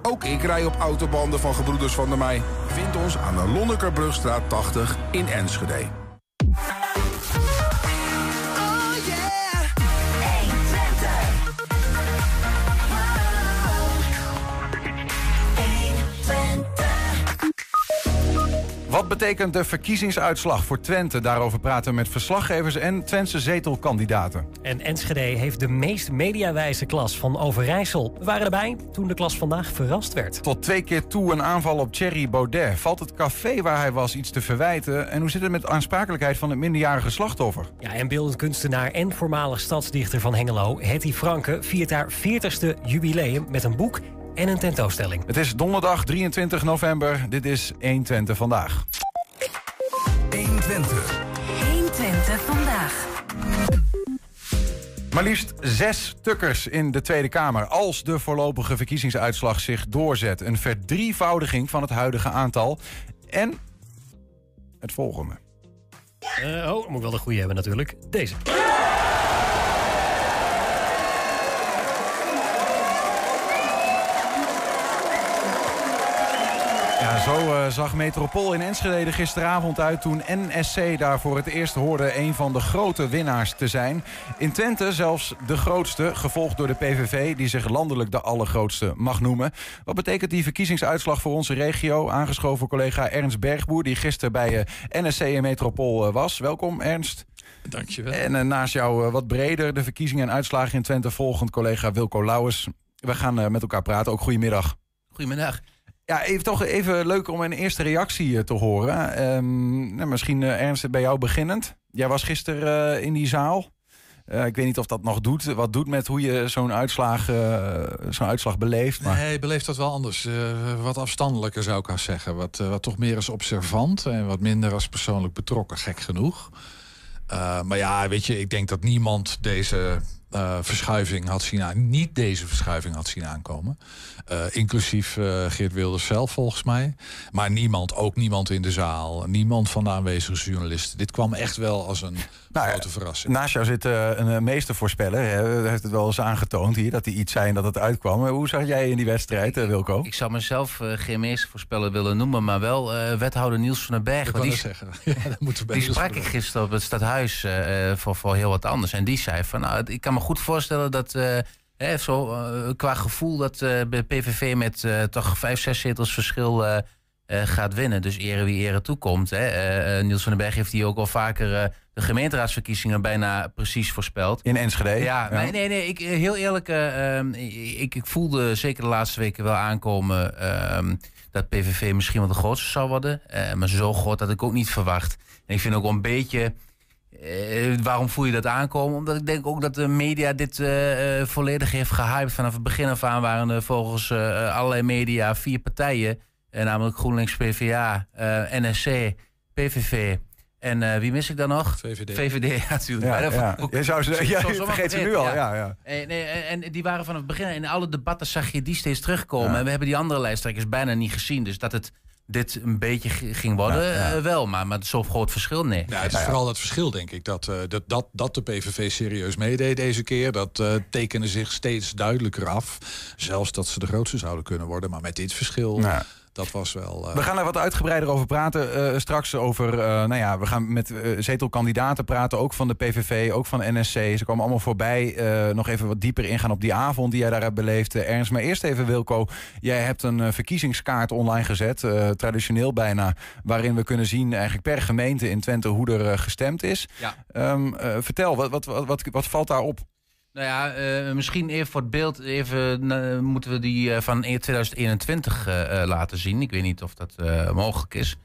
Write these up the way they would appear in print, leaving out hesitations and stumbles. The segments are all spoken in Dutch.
Ook ik rij op autobanden van Gebroeders Van der Meij. Vind ons aan de Lonnekerbrugstraat 80 in Enschede. Wat betekent de verkiezingsuitslag voor Twente? Daarover praten we met verslaggevers en Twentse zetelkandidaten. En Enschede heeft de meest mediawijze klas van Overijssel. We waren erbij toen de klas vandaag verrast werd. Tot 2 keer toe een aanval op Thierry Baudet. Valt het café waar hij was iets te verwijten? En hoe zit het met de aansprakelijkheid van het minderjarige slachtoffer? Ja, en beeldend kunstenaar en voormalig stadsdichter van Hengelo, Hetty Franke, viert haar 40ste jubileum met een boek en een tentoonstelling. Het is donderdag 23 november. Dit is 120 vandaag. 120. 120 vandaag. Maar liefst 6 tukkers in de Tweede Kamer als de voorlopige verkiezingsuitslag zich doorzet. Een verdrievoudiging van het huidige aantal. En het volgende. Moet ik wel de goede hebben natuurlijk. Deze. Ja, zo zag Metropool in Enschede er gisteravond uit toen NSC daar voor het eerst hoorde een van de grote winnaars te zijn. In Twente zelfs de grootste, gevolgd door de PVV, die zich landelijk de allergrootste mag noemen. Wat betekent die verkiezingsuitslag voor onze regio? Aangeschoven collega Ernst Bergboer, die gisteren bij NSC en Metropool was. Welkom Ernst. Dankjewel. En naast jou wat breder de verkiezingen en uitslagen in Twente volgend collega Wilco Lauwers. We gaan met elkaar praten, ook goedemiddag. Goedemiddag. Ja, even leuk om een eerste reactie te horen. Misschien Ernst, bij jou beginnend. Jij was gisteren in die zaal. Ik weet niet of dat nog doet. Wat doet met hoe je zo'n uitslag beleeft. Maar... Nee, beleeft dat wel anders. Wat afstandelijker zou ik al zeggen. Wat toch meer als observant en wat minder als persoonlijk betrokken. Gek genoeg. Maar ja, weet je, ik denk dat niemand deze verschuiving had zien niet deze verschuiving had zien aankomen. Inclusief Geert Wilders zelf volgens mij. Maar ook niemand in de zaal. Niemand van de aanwezige journalisten. Dit kwam echt wel als een grote verrassing. Naast jou zit een meestervoorspeller. Hij heeft het wel eens aangetoond hier dat hij iets zei en dat het uitkwam. Hoe zag jij in die wedstrijd, Wilco? Ik zou mezelf geen meestervoorspeller willen noemen, maar wel wethouder Niels van den Berg. Die sprak ik gisteren op het stadhuis voor heel wat anders. En die zei van, ik kan me goed voorstellen dat... qua gevoel dat de PVV met toch 5-6 zetels verschil gaat winnen. Dus ere wie ere toekomt. Niels van den Berg heeft hier ook al vaker de gemeenteraadsverkiezingen bijna precies voorspeld. In Enschede? Ja. Nee. Heel eerlijk, ik voelde zeker de laatste weken wel aankomen dat PVV misschien wel de grootste zou worden. Maar zo groot had ik ook niet verwacht. En ik vind ook wel een beetje... waarom voel je dat aankomen? Omdat ik denk ook dat de media dit volledig heeft gehyped. Vanaf het begin af aan waren er volgens allerlei media 4 partijen. Namelijk GroenLinks, PvdA, NSC, PVV. En wie mis ik dan nog? VVD, ja, natuurlijk. Vergeet ze nu al. Ja. En die waren vanaf het begin. In alle debatten zag je die steeds terugkomen. Ja. En we hebben die andere lijsttrekkers bijna niet gezien. Dus dat het dit een beetje ging worden, wel. Maar zo'n groot verschil, nee. Ja, het is vooral dat verschil, denk ik. Dat de PVV serieus meedeed deze keer. Dat tekende zich steeds duidelijker af. Zelfs dat ze de grootste zouden kunnen worden. Maar met dit verschil... Ja. Dat was wel... We gaan er wat uitgebreider over praten. Straks over... we gaan met zetelkandidaten praten. Ook van de PVV, ook van NSC. Ze komen allemaal voorbij. Nog even wat dieper ingaan op die avond die jij daar hebt beleefd, Ernst. Maar eerst even, Wilco. Jij hebt een verkiezingskaart online gezet. Traditioneel bijna. Waarin we kunnen zien eigenlijk per gemeente in Twente hoe er gestemd is. Ja. Vertel, wat valt daar op? Nou ja, misschien even voor het beeld moeten we die van 2021 laten zien. Ik weet niet of dat mogelijk is.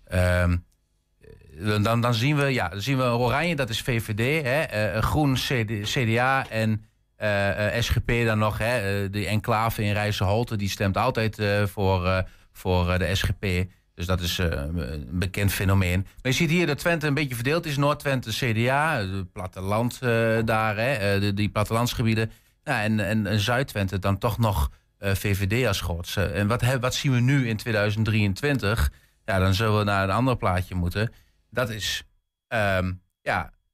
Dan zien we oranje, dat is VVD. Groen, CDA en SGP dan nog. De enclave in Rijsselholte, die stemt altijd voor de SGP. Dus dat is een bekend fenomeen. Maar je ziet hier dat Twente een beetje verdeeld is. Noord-Twente CDA, het platteland die plattelandsgebieden. Ja, en Zuid-Twente dan toch nog VVD als grootste. En wat zien we nu in 2023? Ja, dan zullen we naar een ander plaatje moeten. Dat is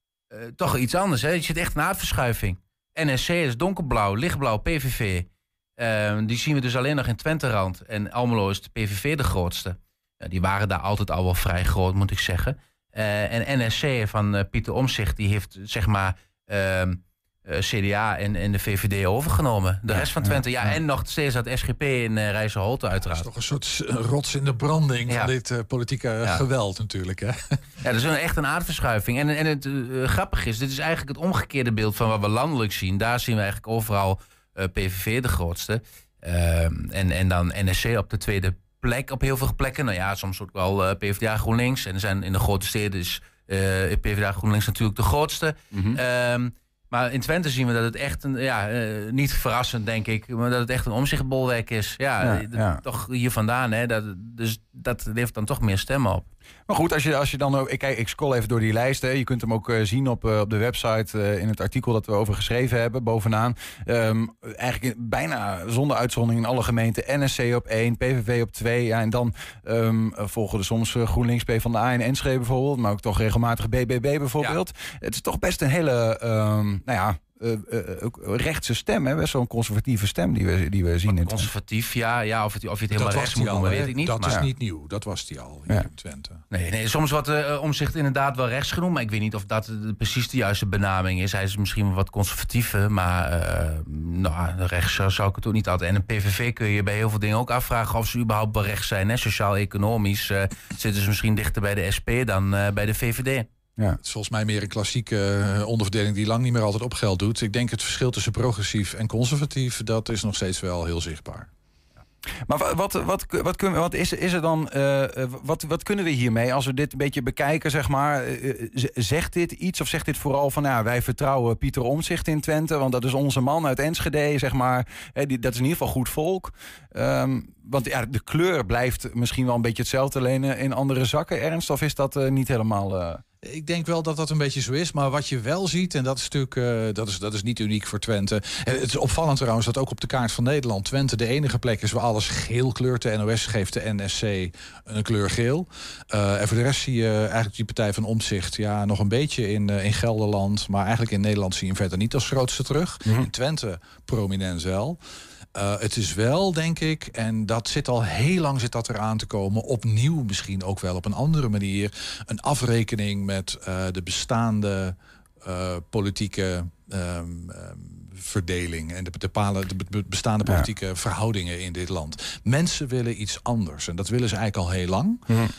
toch iets anders. Hè? Je ziet echt een aardverschuiving. NSC is donkerblauw, lichtblauw, PVV. Die zien we dus alleen nog in Twenterand. En Almelo is de PVV de grootste. Die waren daar altijd al wel vrij groot, moet ik zeggen. En NSC van Pieter Omtzigt, die heeft zeg maar CDA en de VVD overgenomen. De rest van Twente, en nog steeds dat SGP in Rijsselholte uiteraard. Dat is toch een soort rots in de branding van dit politieke geweld natuurlijk. Hè? Ja, dat is echt een aardverschuiving. En het grappige is, dit is eigenlijk het omgekeerde beeld van wat we landelijk zien. Daar zien we eigenlijk overal PVV de grootste. En dan NSC op de tweede plek op heel veel plekken. Nou ja, soms ook wel PvdA GroenLinks. En er zijn in de grote steden is PvdA GroenLinks natuurlijk de grootste. Maar in Twente zien we dat het echt niet verrassend denk ik, maar dat het echt een omzichtbolwerk is. Toch hier vandaan. Hè, dus dat levert dan toch meer stemmen op. Maar goed, als je dan ook... Ik scroll even door die lijst. Hè. Je kunt hem ook zien op de website in het artikel dat we over geschreven hebben, bovenaan. Eigenlijk bijna zonder uitzondering in alle gemeenten. NSC op 1, PVV op 2. Ja, en dan volgen er soms GroenLinks, PvdA en Enschede bijvoorbeeld. Maar ook toch regelmatig BBB bijvoorbeeld. Ja. Het is toch best een hele... rechtse stem, hè? Best zo'n conservatieve stem die we zien. In conservatief, ja. Of je het helemaal rechts moet noemen, weet ik niet. Dat is niet nieuw. Dat was die al hier in Twente. Nee, soms wordt Omtzigt inderdaad wel rechts genoemd. Maar ik weet niet of dat precies de juiste benaming is. Hij is misschien wat conservatiever. Maar rechts zou ik het ook niet altijd. En een PVV kun je bij heel veel dingen ook afvragen of ze überhaupt wel rechts zijn. Sociaal-economisch zitten ze misschien dichter bij de SP dan bij de VVD. Ja. Het is volgens mij meer een klassieke onderverdeling die lang niet meer altijd op geld doet. Ik denk het verschil tussen progressief en conservatief, dat is nog steeds wel heel zichtbaar. Maar wat kunnen we hiermee als we dit een beetje bekijken, zeg maar? Zegt dit iets of zegt dit vooral van wij vertrouwen Pieter Omtzigt in Twente, want dat is onze man uit Enschede, zeg maar. Dat is in ieder geval goed volk. Want de kleur blijft misschien wel een beetje hetzelfde, alleen in andere zakken, Ernst, of is dat niet helemaal... Ik denk wel dat dat een beetje zo is. Maar wat je wel ziet, en dat is natuurlijk dat is niet uniek voor Twente. Het is opvallend trouwens dat ook op de kaart van Nederland Twente de enige plek is waar alles geel kleurt. De NOS geeft de NSC een kleur geel. En voor de rest zie je eigenlijk die partij van Omtzigt nog een beetje in Gelderland. Maar eigenlijk in Nederland zie je hem verder niet als grootste terug. In Twente prominent wel. Het is wel, denk ik, en dat zit al heel lang eraan te komen, opnieuw misschien ook wel op een andere manier, een afrekening met de bestaande politieke verdeling en de bestaande politieke verhoudingen in dit land. Mensen willen iets anders en dat willen ze eigenlijk al heel lang.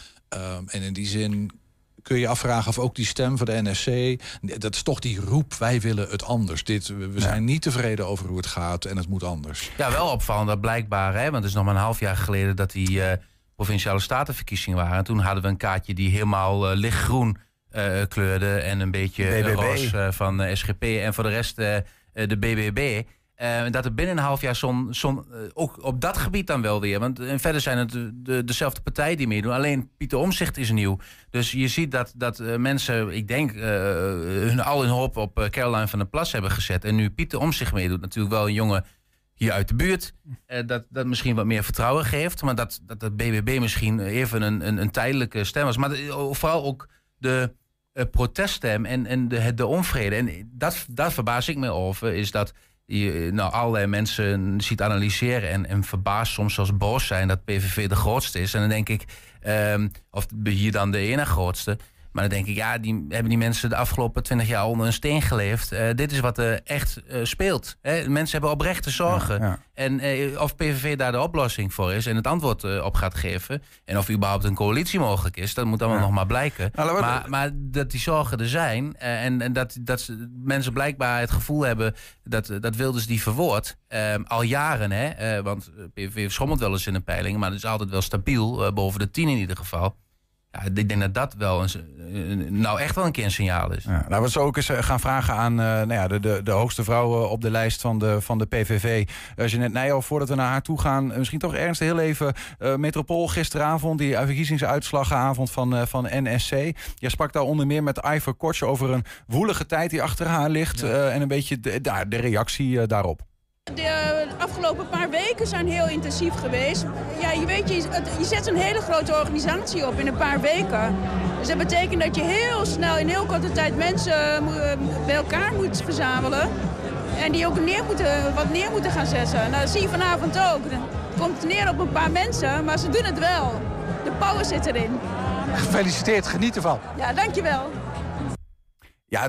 En in die zin kun je afvragen of ook die stem van de NSC... dat is toch die roep, wij willen het anders. We zijn niet tevreden over hoe het gaat en het moet anders. Ja, wel opvallend dat blijkbaar, hè, want het is nog maar een half jaar geleden dat die provinciale statenverkiezingen waren. En toen hadden we een kaartje die helemaal lichtgroen kleurde en een beetje roze van SGP en voor de rest de BBB. Dat er binnen een half jaar ook op dat gebied dan wel weer. Want verder zijn het dezelfde partijen die meedoen. Alleen Pieter Omtzigt is nieuw. Dus je ziet dat mensen, ik denk, al hun hoop op Caroline van der Plas hebben gezet. En nu Pieter Omtzigt meedoet, natuurlijk wel een jongen hier uit de buurt. Dat misschien wat meer vertrouwen geeft. Maar dat BBB misschien even een tijdelijke stem was. Maar vooral ook de proteststem en de onvrede. En dat verbaas ik me over, is dat je allerlei mensen ziet analyseren en verbaasd soms zelfs boos zijn dat PVV de grootste is. En dan denk ik, of hier dan de ene grootste. Maar dan denk ik, hebben die mensen de afgelopen 20 jaar onder een steen geleefd. Dit is wat er echt speelt. Hè? Mensen hebben oprechte zorgen. Ja. En of PVV daar de oplossing voor is en het antwoord op gaat geven. En of überhaupt een coalitie mogelijk is, dat moet allemaal nog maar blijken. Maar dat die zorgen er zijn en dat mensen blijkbaar het gevoel hebben dat Wilders die verwoordt. Al jaren, hè? Want PVV schommelt wel eens in een peiling, maar het is altijd wel stabiel, boven de 10 in ieder geval. Ja, ik denk dat dat wel echt wel een keer een signaal is. Ja, laten we zo ook eens gaan vragen aan de hoogste vrouw op de lijst van de PVV. Jeanette Nijhoff, voordat we naar haar toe gaan, misschien toch ergens heel even Metropool gisteravond, die verkiezingsuitslagavond van NSC. Jij sprak daar onder meer met Ivor Kortje over een woelige tijd die achter haar ligt en een beetje de reactie daarop. De afgelopen paar weken zijn heel intensief geweest. Ja, je zet een hele grote organisatie op in een paar weken. Dus dat betekent dat je heel snel in heel korte tijd mensen bij elkaar moet verzamelen. En die ook wat neer moeten gaan zetten. Nou, dat zie je vanavond ook. Dan komt het neer op een paar mensen, maar ze doen het wel. De power zit erin. Gefeliciteerd, geniet ervan. Ja, dankjewel. Ja,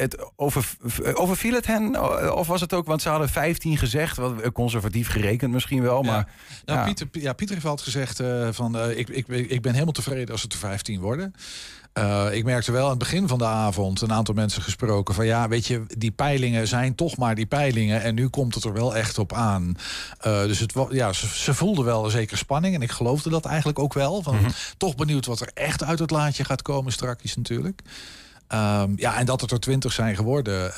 overviel het hen? Of was het ook, want ze hadden 15 gezegd, wat conservatief gerekend misschien wel, maar... Ja. Nou, Pieter heeft altijd gezegd ik ben helemaal tevreden als het er 15 worden. Ik merkte wel aan het begin van de avond een aantal mensen gesproken van ja, weet je, die peilingen zijn toch maar die peilingen en nu komt het er wel echt op aan. Dus ze voelden wel een zekere spanning en ik geloofde dat eigenlijk ook wel. Van, toch benieuwd wat er echt uit het laadje gaat komen straks natuurlijk. En dat het er 20 zijn geworden,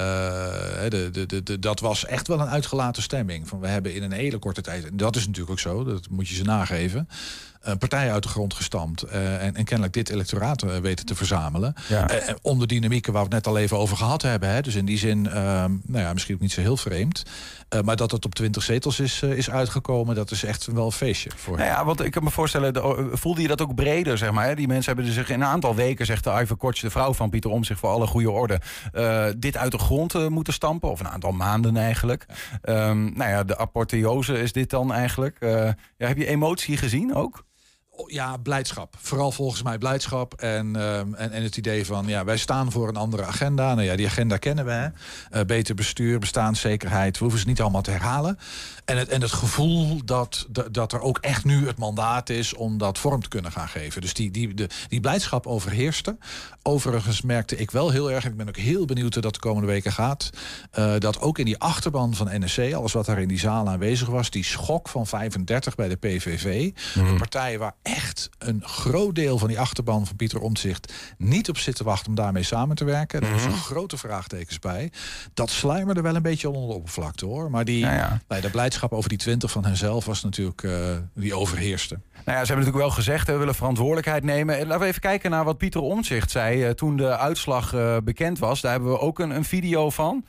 dat was echt wel een uitgelaten stemming. Van we hebben in een hele korte tijd, en dat is natuurlijk ook zo, dat moet je ze nageven, partijen uit de grond gestampt en kennelijk dit electoraat weten te verzamelen. Ja. Onder dynamieken waar we het net al even over gehad hebben. Hè. Dus in die zin, misschien ook niet zo heel vreemd. Maar dat het op 20 zetels is uitgekomen, dat is echt wel een feestje voor hen. Want ik kan me voorstellen, voelde je dat ook breder, zeg maar? Hè? Die mensen hebben zich in een aantal weken, zegt de Iver Koch, de vrouw van Pieter Omtzigt, voor alle goede orde, dit uit de grond moeten stampen. Of een aantal maanden eigenlijk. Ja. De apotheose is dit dan eigenlijk. Heb je emotie gezien ook? Ja, blijdschap. Vooral volgens mij blijdschap en het idee van ja, wij staan voor een andere agenda. Nou ja, die agenda kennen we. Hè? Beter bestuur, bestaanszekerheid. We hoeven ze niet allemaal te herhalen. En het gevoel dat er ook echt nu het mandaat is om dat vorm te kunnen gaan geven. Dus die blijdschap overheerste. Overigens merkte ik wel heel erg, ik ben ook heel benieuwd hoe dat de komende weken gaat, dat ook in die achterban van NSC, alles wat daar in die zaal aanwezig was, die schok van 35 bij de PVV, een partij waar echt een groot deel van die achterban van Pieter Omtzigt niet op zit te wachten om daarmee samen te werken. Daar zijn grote vraagtekens bij. Dat sluimerde wel een beetje onder de oppervlakte, hoor. Maar de blijdschap over die 20 van henzelf was natuurlijk die overheerste. Nou ja, ze hebben natuurlijk wel gezegd, we willen verantwoordelijkheid nemen. Laten we even kijken naar wat Pieter Omtzigt zei toen de uitslag bekend was. Daar hebben we ook een video van.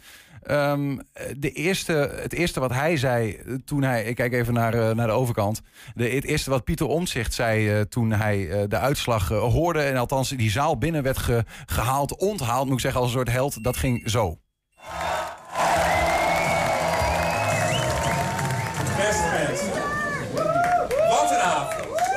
Het eerste wat hij zei toen hij... Ik kijk even naar de overkant. Het eerste wat Pieter Omtzigt zei toen hij de uitslag hoorde, en althans die zaal binnen werd onthaald, moet ik zeggen, als een soort held, dat ging zo. Beste mensen, wat een avond.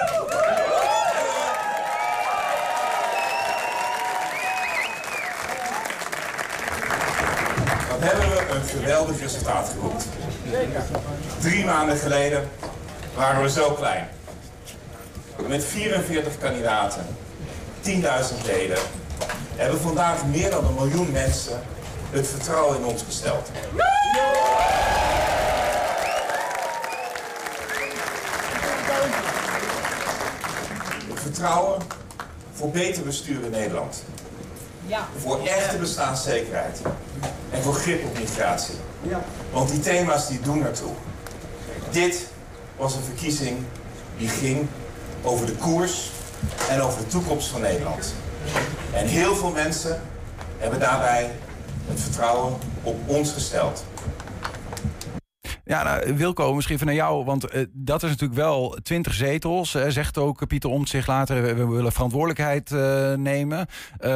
Wat hebben we een geweldig resultaat geboekt. 3 maanden geleden waren we zo klein. Met 44 kandidaten, 10.000 leden, hebben vandaag meer dan 1 miljoen mensen het vertrouwen in ons gesteld. Het vertrouwen voor beter bestuur in Nederland. Ja. Voor echte bestaanszekerheid. En voor grip op migratie. Ja. Want die thema's die doen ertoe. Dit was een verkiezing die ging over de koers en over de toekomst van Nederland. En heel veel mensen hebben daarbij het vertrouwen op ons gesteld. Ja, Wilco, misschien van naar jou, want dat is natuurlijk wel 20 zetels. Zegt ook Pieter Omtzigt later, we willen verantwoordelijkheid nemen.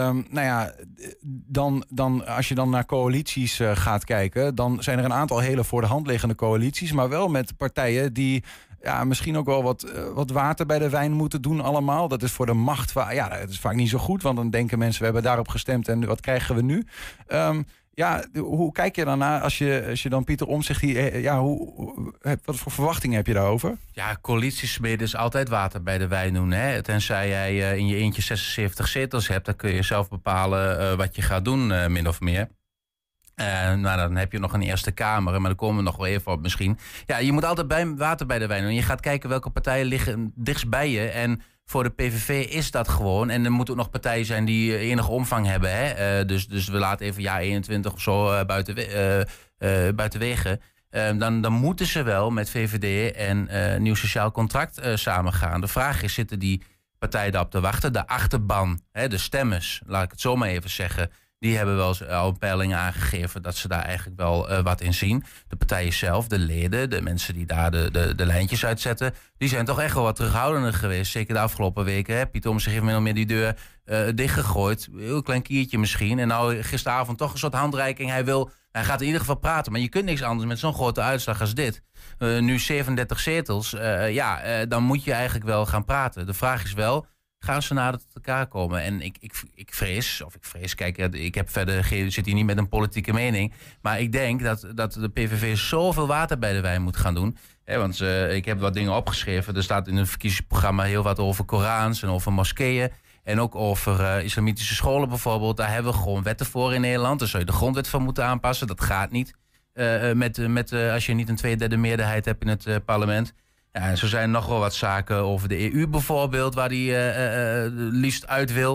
Dan als je dan naar coalities gaat kijken, dan zijn er een aantal hele voor de hand liggende coalities, maar wel met partijen die misschien ook wel wat water bij de wijn moeten doen allemaal. Dat is voor de macht, dat is vaak niet zo goed, want dan denken mensen, we hebben daarop gestemd en wat krijgen we nu? Hoe kijk je dan naar als je dan Pieter Omtzigt... wat voor verwachtingen heb je daarover? Ja, coalitiesmeden is altijd water bij de wijn doen. Hè? Tenzij jij in je eentje 76 zetels hebt, dan kun je zelf bepalen wat je gaat doen, min of meer. Dan heb je nog een Eerste Kamer, maar daar komen we nog wel even op misschien. Ja, je moet altijd water bij de wijn doen. Je gaat kijken welke partijen liggen dichtst bij je. En voor de PVV is dat gewoon. En er moeten ook nog partijen zijn die enige omvang hebben. Hè? Dus we laten even jaar 21 of zo buitenwege. Dan moeten ze wel met VVD en Nieuw Sociaal Contract samengaan. De vraag is, zitten die partijen daarop te wachten? De achterban, de stemmers, laat ik het zo maar even zeggen, die hebben wel al peilingen aangegeven dat ze daar eigenlijk wel wat in zien. De partijen zelf, de leden, de mensen die daar de lijntjes uitzetten, die zijn toch echt wel wat terughoudender geweest. Zeker de afgelopen weken. Pieter Omtzigt heeft min of meer die deur dichtgegooid. Een heel klein kiertje misschien. En nou gisteravond toch een soort handreiking. Hij wil Hij gaat in ieder geval praten, maar je kunt niks anders met zo'n grote uitslag als dit. Nu 37 zetels, dan moet je eigenlijk wel gaan praten. De vraag is wel, gaan ze nader tot elkaar komen? En ik vrees, kijk, ik heb zit hier niet met een politieke mening, maar ik denk dat de PVV zoveel water bij de wijn moet gaan doen. Want ik heb wat dingen opgeschreven. Er staat in het verkiezingsprogramma heel wat over Korans en over moskeeën. En ook over islamitische scholen bijvoorbeeld. Daar hebben we gewoon wetten voor in Nederland. Daar zou je de grondwet van moeten aanpassen. Dat gaat niet. Als je niet een 2/3 meerderheid hebt in het parlement. Ja, en zo zijn er nog wel wat zaken over de EU bijvoorbeeld. Waar die liefst uit wil.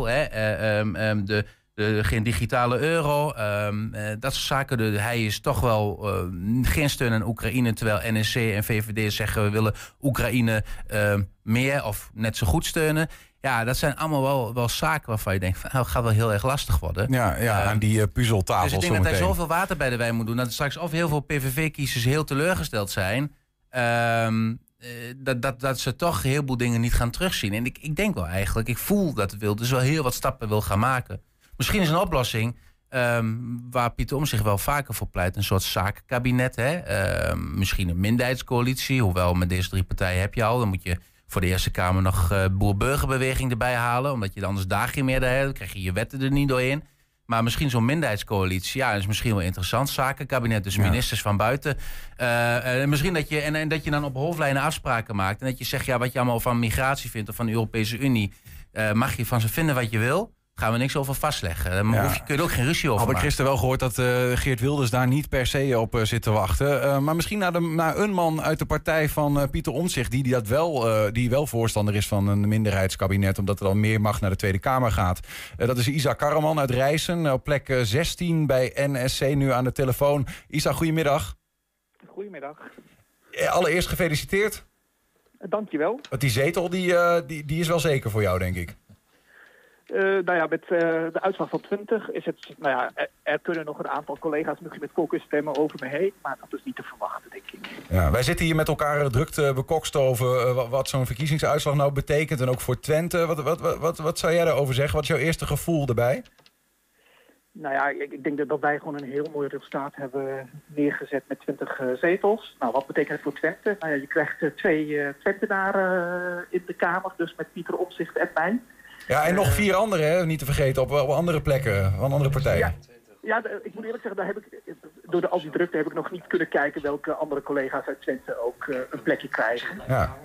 Geen digitale euro. Dat soort zaken. Hij is toch wel geen steun aan Oekraïne. Terwijl NSC en VVD zeggen we willen Oekraïne meer of net zo goed steunen. Ja, dat zijn allemaal wel zaken waarvan je denkt, het gaat wel heel erg lastig worden. Ja, aan die puzzeltafel. Dus ik denk dat hij zoveel water bij de wijn moet doen. Dat straks of heel veel PVV-kiezers heel teleurgesteld zijn. Dat ze toch een heleboel dingen niet gaan terugzien. En ik denk wel eigenlijk, ik voel dat Wilders wel heel wat stappen wil gaan maken. Misschien is een oplossing waar Pieter Omtzigt wel vaker voor pleit. Een soort zakenkabinet. Misschien een minderheidscoalitie. Hoewel met deze 3 partijen heb je al. Dan moet je voor de Eerste Kamer nog boer-burgerbeweging erbij halen. Omdat je anders daar geen meerderheid hebt. Dan krijg je je wetten er niet doorheen. Maar misschien zo'n minderheidscoalitie. Ja, dat is misschien wel interessant. Zakenkabinet, dus ministers van buiten. Misschien dat je dan op hoofdlijnen afspraken maakt. En dat je zegt, wat je allemaal van migratie vindt of van de Europese Unie. Mag je van ze vinden wat je wil. Gaan we niks over vastleggen. Daar kun je ook geen ruzie over maken. Had ik gisteren wel gehoord dat Geert Wilders daar niet per se op zit te wachten. Maar misschien naar een man uit de partij van Pieter Omtzigt... die wel voorstander is van een minderheidskabinet... omdat er dan meer macht naar de Tweede Kamer gaat. Dat is Isa Karreman uit Rijssen. Op plek 16 bij NSC nu aan de telefoon. Isa, goedemiddag. Goedemiddag. Allereerst gefeliciteerd. Dankjewel. Want die zetel die is wel zeker voor jou, denk ik. Met de uitslag van 20 is het... er kunnen nog een aantal collega's misschien met voorkeur stemmen over me heen. Maar dat is niet te verwachten, denk ik. Ja, wij zitten hier met elkaar druk te bekokst over wat zo'n verkiezingsuitslag nou betekent. En ook voor Twente. Wat zou jij daarover zeggen? Wat is jouw eerste gevoel erbij? Ik denk dat wij gewoon een heel mooi resultaat hebben neergezet met 20 zetels. Nou, wat betekent het voor Twente? Je krijgt 2 Twentenaren in de Kamer. Dus met Pieter Omtzigt en mij. Ja, en nog 4 anderen, niet te vergeten, op andere plekken, van andere partijen. Ik moet eerlijk zeggen, door al die drukte heb ik nog niet kunnen kijken welke andere collega's uit Twente ook een plekje krijgen. Ja.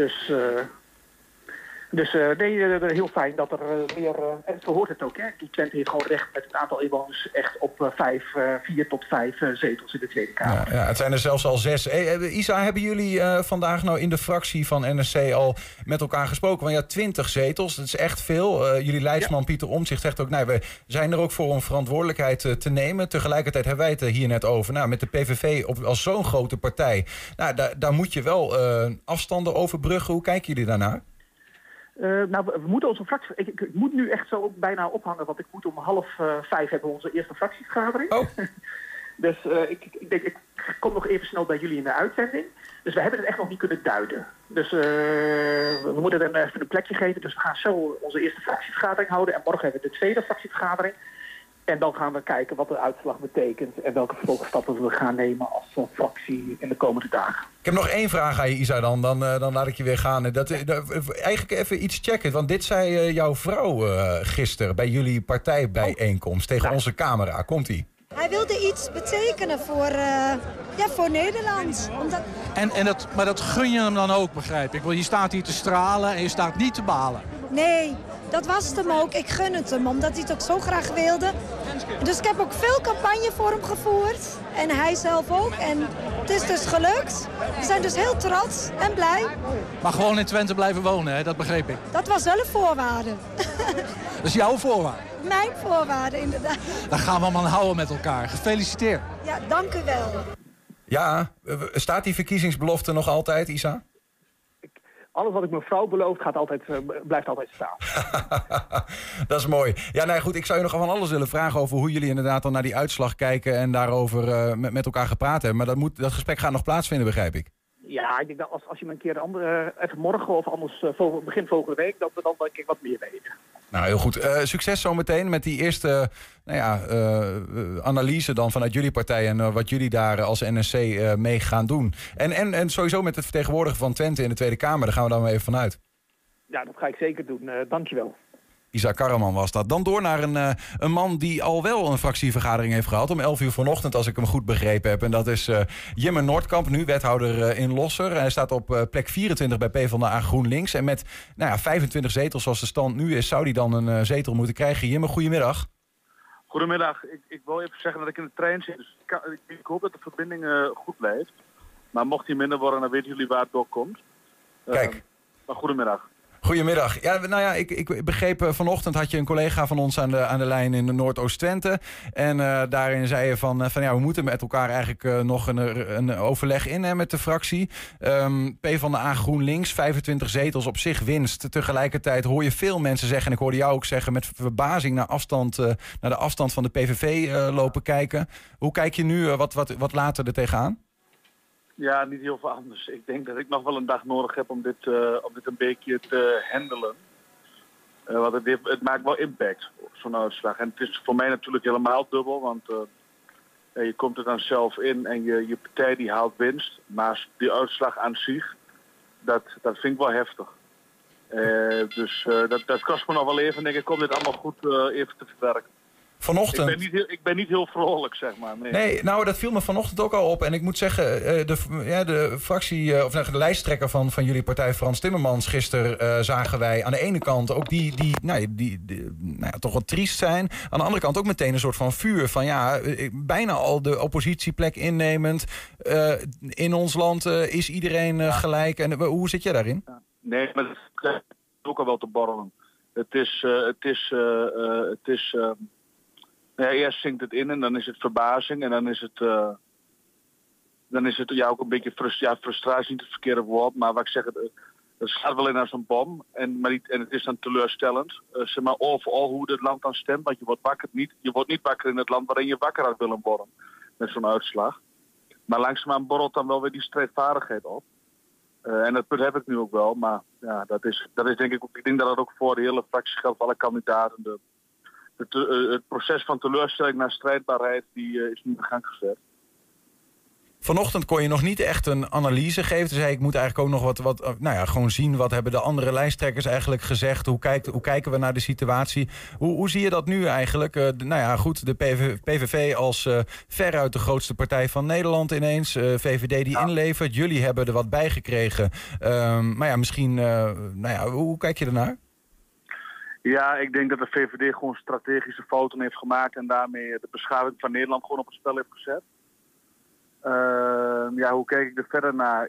Dus heel fijn dat er meer... en zo hoort het ook, hè. Die Twente heeft gewoon recht met het aantal inwoners echt op 4 tot 5 zetels in de Tweede Kamer. Ja, het zijn er zelfs al 6. Isa, hebben jullie vandaag nou in de fractie van NSC al met elkaar gesproken? Want 20 zetels, dat is echt veel. Jullie leidsman Pieter Omtzigt zegt ook, we zijn er ook voor om verantwoordelijkheid te nemen. Tegelijkertijd hebben wij het hier net over. Met de PVV als zo'n grote partij, daar moet je wel afstanden overbruggen. Hoe kijken jullie daarnaar? We moeten onze fractie... Ik moet nu echt zo bijna ophangen, want ik moet om 4:30 hebben we onze eerste fractievergadering. Oh. Dus ik denk, ik kom nog even snel bij jullie in de uitzending. Dus we hebben het echt nog niet kunnen duiden. Dus we moeten hem even een plekje geven. Dus we gaan zo onze eerste fractievergadering houden. En morgen hebben we de tweede fractievergadering. En dan gaan we kijken wat de uitslag betekent en welke vervolgstappen we gaan nemen als fractie in de komende dagen. Ik heb nog 1 vraag aan je, Isa, dan laat ik je weer gaan. Eigenlijk even iets checken, want dit zei jouw vrouw gisteren bij jullie partijbijeenkomst tegen onze camera. Komt-ie? Hij wilde iets betekenen voor Nederland. Maar dat gun je hem dan ook, begrijp ik. Want je staat hier te stralen en je staat niet te balen. Nee, dat was het hem ook. Ik gun het hem, omdat hij het ook zo graag wilde. Dus ik heb ook veel campagne voor hem gevoerd. En hij zelf ook. En het is dus gelukt. We zijn dus heel trots en blij. Maar gewoon in Twente blijven wonen, hè? Dat begreep ik. Dat was wel een voorwaarde. Dat is jouw voorwaarde? Mijn voorwaarde, inderdaad. Dan gaan we allemaal houden met elkaar. Gefeliciteerd. Ja, dank u wel. Ja, staat die verkiezingsbelofte nog altijd, Isa? Alles wat ik mijn vrouw beloof blijft altijd staan. Dat is mooi. Ja, goed, ik zou je nog van alles willen vragen over hoe jullie inderdaad dan naar die uitslag kijken en daarover met elkaar gepraat hebben. Maar dat gesprek gaat nog plaatsvinden, begrijp ik. Ja, ik denk dat als je me een keer even morgen of anders begin volgende week, dat we dan een keer wat meer weten. Nou, heel goed. Succes zometeen met die eerste analyse dan vanuit jullie partij en wat jullie daar als NSC mee gaan doen. En sowieso met het vertegenwoordigen van Twente in de Tweede Kamer, daar gaan we dan maar even vanuit. Ja, dat ga ik zeker doen. Dankjewel. Isaac Karaman was dat. Dan door naar een man die al wel een fractievergadering heeft gehad om 11 uur vanochtend, als ik hem goed begrepen heb. En dat is Jimmer Noordkamp, nu wethouder in Losser. Hij staat op plek 24 bij PvdA GroenLinks. En met 25 zetels zoals de stand nu is, zou hij dan een zetel moeten krijgen. Jimmer, goedemiddag. Goedemiddag. Ik wil even zeggen dat ik in de trein zit. Dus ik hoop dat de verbinding goed blijft. Maar mocht die minder worden, dan weten jullie waar het door komt. Kijk. Maar goedemiddag. Goedemiddag. Ja, ik begreep vanochtend had je een collega van ons aan de lijn in Noordoost-Twente. En daarin zei je van we moeten met elkaar eigenlijk nog een overleg in met de fractie. PvdA GroenLinks, 25 zetels op zich winst. Tegelijkertijd hoor je veel mensen zeggen, en ik hoorde jou ook zeggen, met verbazing naar de afstand van de PVV lopen kijken. Hoe kijk je nu wat later er tegenaan? Ja, niet heel veel anders. Ik denk dat ik nog wel een dag nodig heb om dit een beetje te handelen. Want het maakt wel impact, zo'n uitslag. En het is voor mij natuurlijk helemaal dubbel, want je komt er dan zelf in en je partij die haalt winst. Maar die uitslag aan zich, dat vind ik wel heftig. Dus dat kost me nog wel even, denk ik, om dit allemaal goed even te verwerken. Vanochtend... Ik ben niet heel vrolijk, zeg maar. Nee, nou, dat viel me vanochtend ook al op. En ik moet zeggen, de fractie, of de lijsttrekker van jullie partij, Frans Timmermans, gisteren zagen wij aan de ene kant ook die toch wat triest zijn. Aan de andere kant ook meteen een soort van vuur van bijna al de oppositieplek innemend. In ons land is iedereen gelijk. En hoe zit jij daarin? Ja. Nee, maar het is ook al wel te borrelen. Eerst zinkt het in en dan is het verbazing en dan is het ook een beetje frustratie, niet het verkeerde woord, maar wat ik zeg, het slaat wel in als een bom en het is dan teleurstellend. Zeg maar overal hoe het land dan stemt, want je wordt niet wakker in het land waarin je wakker had willen worden met zo'n uitslag. Maar langzaamaan borrelt dan wel weer die strijdvaardigheid op. En dat punt heb ik nu ook wel, maar ja, dat is denk ik ook, ik denk dat dat ook voor de hele fractie geldt, voor alle kandidaten. Het proces van teleurstelling naar strijdbaarheid die is nu in gang gezet. Vanochtend kon je nog niet echt een analyse geven. Toen zei ik moet eigenlijk ook nog gewoon zien wat hebben de andere lijsttrekkers eigenlijk gezegd. Hoe kijken we naar de situatie? Hoe zie je dat nu eigenlijk? De PVV als veruit de grootste partij van Nederland ineens. VVD die inlevert. Jullie hebben er wat bij gekregen. Hoe kijk je ernaar? Ja, ik denk dat de VVD gewoon strategische fouten heeft gemaakt en daarmee de beschaving van Nederland gewoon op het spel heeft gezet. Hoe kijk ik er verder naar?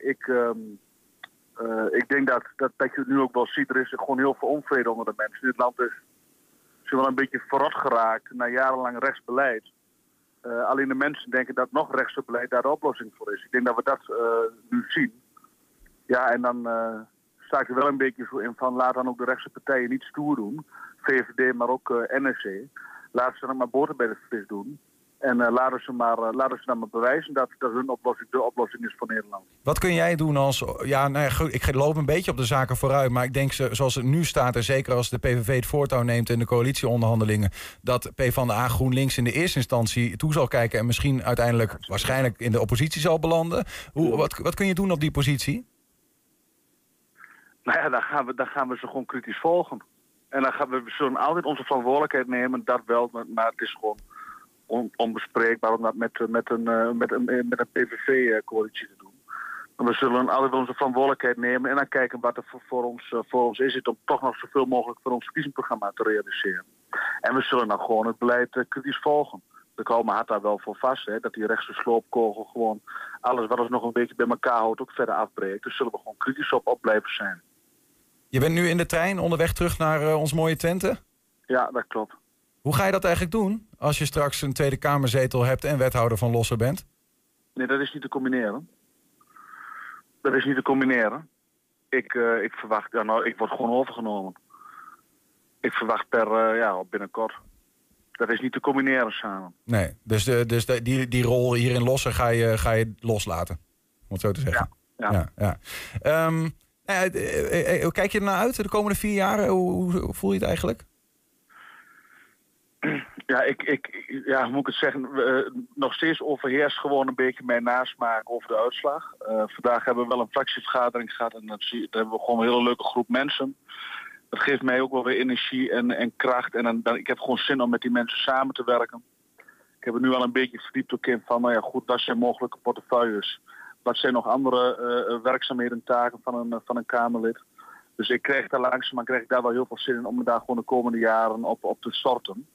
Ik denk dat je het nu ook wel ziet. Er is gewoon heel veel onvrede onder de mensen. Dit land is wel een beetje verrot geraakt na jarenlang rechtsbeleid. Alleen de mensen denken dat nog rechtse beleid daar de oplossing voor is. Ik denk dat we dat nu zien. Ja, en dan sta ik er wel een beetje zo in van laat dan ook de rechtse partijen niet stoer doen. VVD, maar ook NSC. Laten ze dan maar boter bij de vis doen. En laten ze dan maar bewijzen dat hun oplossing de oplossing is voor Nederland. Wat kun jij doen als... ik loop een beetje op de zaken vooruit. Maar ik denk zoals het nu staat, en zeker als de PVV het voortouw neemt in de coalitieonderhandelingen, dat PvdA GroenLinks in de eerste instantie toe zal kijken en misschien uiteindelijk waarschijnlijk in de oppositie zal belanden. Wat kun je doen op die positie? Nou ja, dan gaan we ze gewoon kritisch volgen. En we zullen altijd onze verantwoordelijkheid nemen, dat wel, maar het is gewoon onbespreekbaar om dat met een PVV-coalitie te doen. En we zullen altijd onze verantwoordelijkheid nemen en dan kijken wat er voor ons is om toch nog zoveel mogelijk voor ons verkiezingsprogramma te realiseren. En we zullen dan gewoon het beleid kritisch volgen. De Koude had daar wel voor vast, dat die rechtse sloopkogel gewoon alles wat ons nog een beetje bij elkaar houdt ook verder afbreekt. Dus zullen we gewoon kritisch op blijven zijn. Je bent nu in de trein onderweg terug naar ons mooie Twente? Ja, dat klopt. Hoe ga je dat eigenlijk doen als je straks een Tweede Kamerzetel hebt en wethouder van Losser bent? Nee, dat is niet te combineren. Ik verwacht, ik word gewoon overgenomen. Ik verwacht binnenkort. Dat is niet te combineren samen. Nee, dus die rol hier in Losser ga je loslaten, om het zo te zeggen. Kijk je ernaar uit de komende 4 jaar? Hoe voel je het eigenlijk? Ja, hoe moet ik het zeggen? Nog steeds overheerst gewoon een beetje mijn nasmaak over de uitslag. Vandaag hebben we wel een fractievergadering gehad en daar hebben we gewoon een hele leuke groep mensen. Dat geeft mij ook wel weer energie en kracht. En ik heb gewoon zin om met die mensen samen te werken. Ik heb er nu al een beetje verdiept ook in van, dat zijn mogelijke portefeuilles. Wat zijn nog andere werkzaamheden en taken van een Kamerlid. Dus ik krijg daar wel heel veel zin in om me daar gewoon de komende jaren op te storten.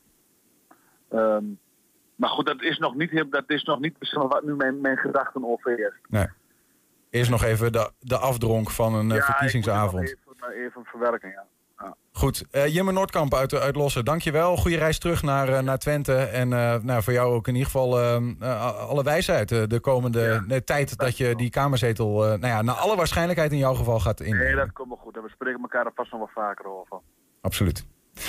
Maar goed, dat is nog niet wat nu mijn gedachten overheerst. Nee. Eerst nog even de afdronk van een verkiezingsavond. Even verwerken, ja. Goed, Jimme Noordkamp uit Lossen, dankjewel. Goede reis terug naar Twente. En voor jou ook in ieder geval alle wijsheid de komende tijd dat je die kamerzetel naar alle waarschijnlijkheid in jouw geval gaat innemen. Nee, dat komt wel goed. En we spreken elkaar er vast nog wel vaker over. Absoluut.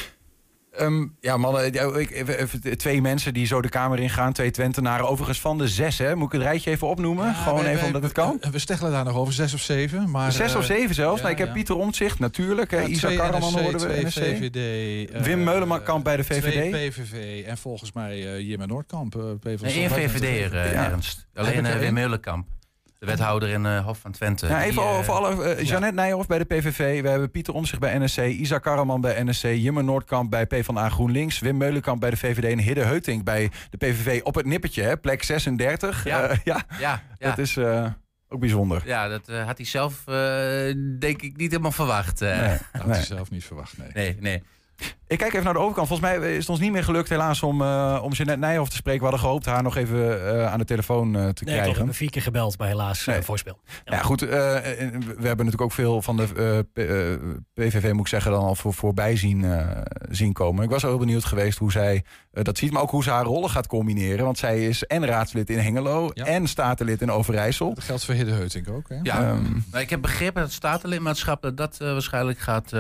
Mannen, 2 mensen die zo de Kamer ingaan, 2 Twentenaren. Overigens van de 6, hè? Moet ik het rijtje even opnoemen? Ja, gewoon even omdat het kan. We steggelen daar nog over, 6 of 7. Maar, 6 of 7 zelfs? Ik heb Pieter Omtzigt, natuurlijk. Isaac Karreman hoorden we, NSC. VVD. Wim Meulekamp bij de VVD. 2 PVV en volgens mij Jimme Noordkamp. 1 VVD'er, Ernst. Alleen Wim Meulekamp. De wethouder in Hof van Twente. Ja, even over alle. Jeannette Nijhoff bij de PVV. We hebben Pieter Omtzigt bij NSC. Isaac Karreman bij NSC. Jimme Noordkamp bij PvdA GroenLinks. Wim Meulekamp bij de VVD. En Hidde Heutink bij de PVV op het nippertje. Hè? Plek 36. Dat is ook bijzonder. Ja, dat had hij zelf denk ik niet helemaal verwacht. Nee, had hij zelf niet verwacht, nee. Ik kijk even naar de overkant. Volgens mij is het ons niet meer gelukt helaas om Jeannette Nijhoff te spreken. We hadden gehoopt haar nog even aan de telefoon te krijgen. Ik heb 4 keer gebeld, maar helaas voorspel. Ja, goed. We hebben natuurlijk ook veel van de PVV, moet ik zeggen, dan al voorbij zien komen. Ik was al heel benieuwd geweest hoe zij dat ziet. Maar ook hoe ze haar rollen gaat combineren. Want zij is en raadslid in Hengelo en statenlid in Overijssel. Dat geldt voor Hidde Heutink ook, hè? Ja, ik heb begrepen dat het statenlidmaatschap dat waarschijnlijk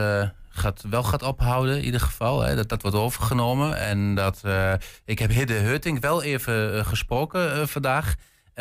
gaat ophouden in ieder geval. Hè, dat wordt overgenomen. En ik heb Hidde Heutink wel even gesproken vandaag.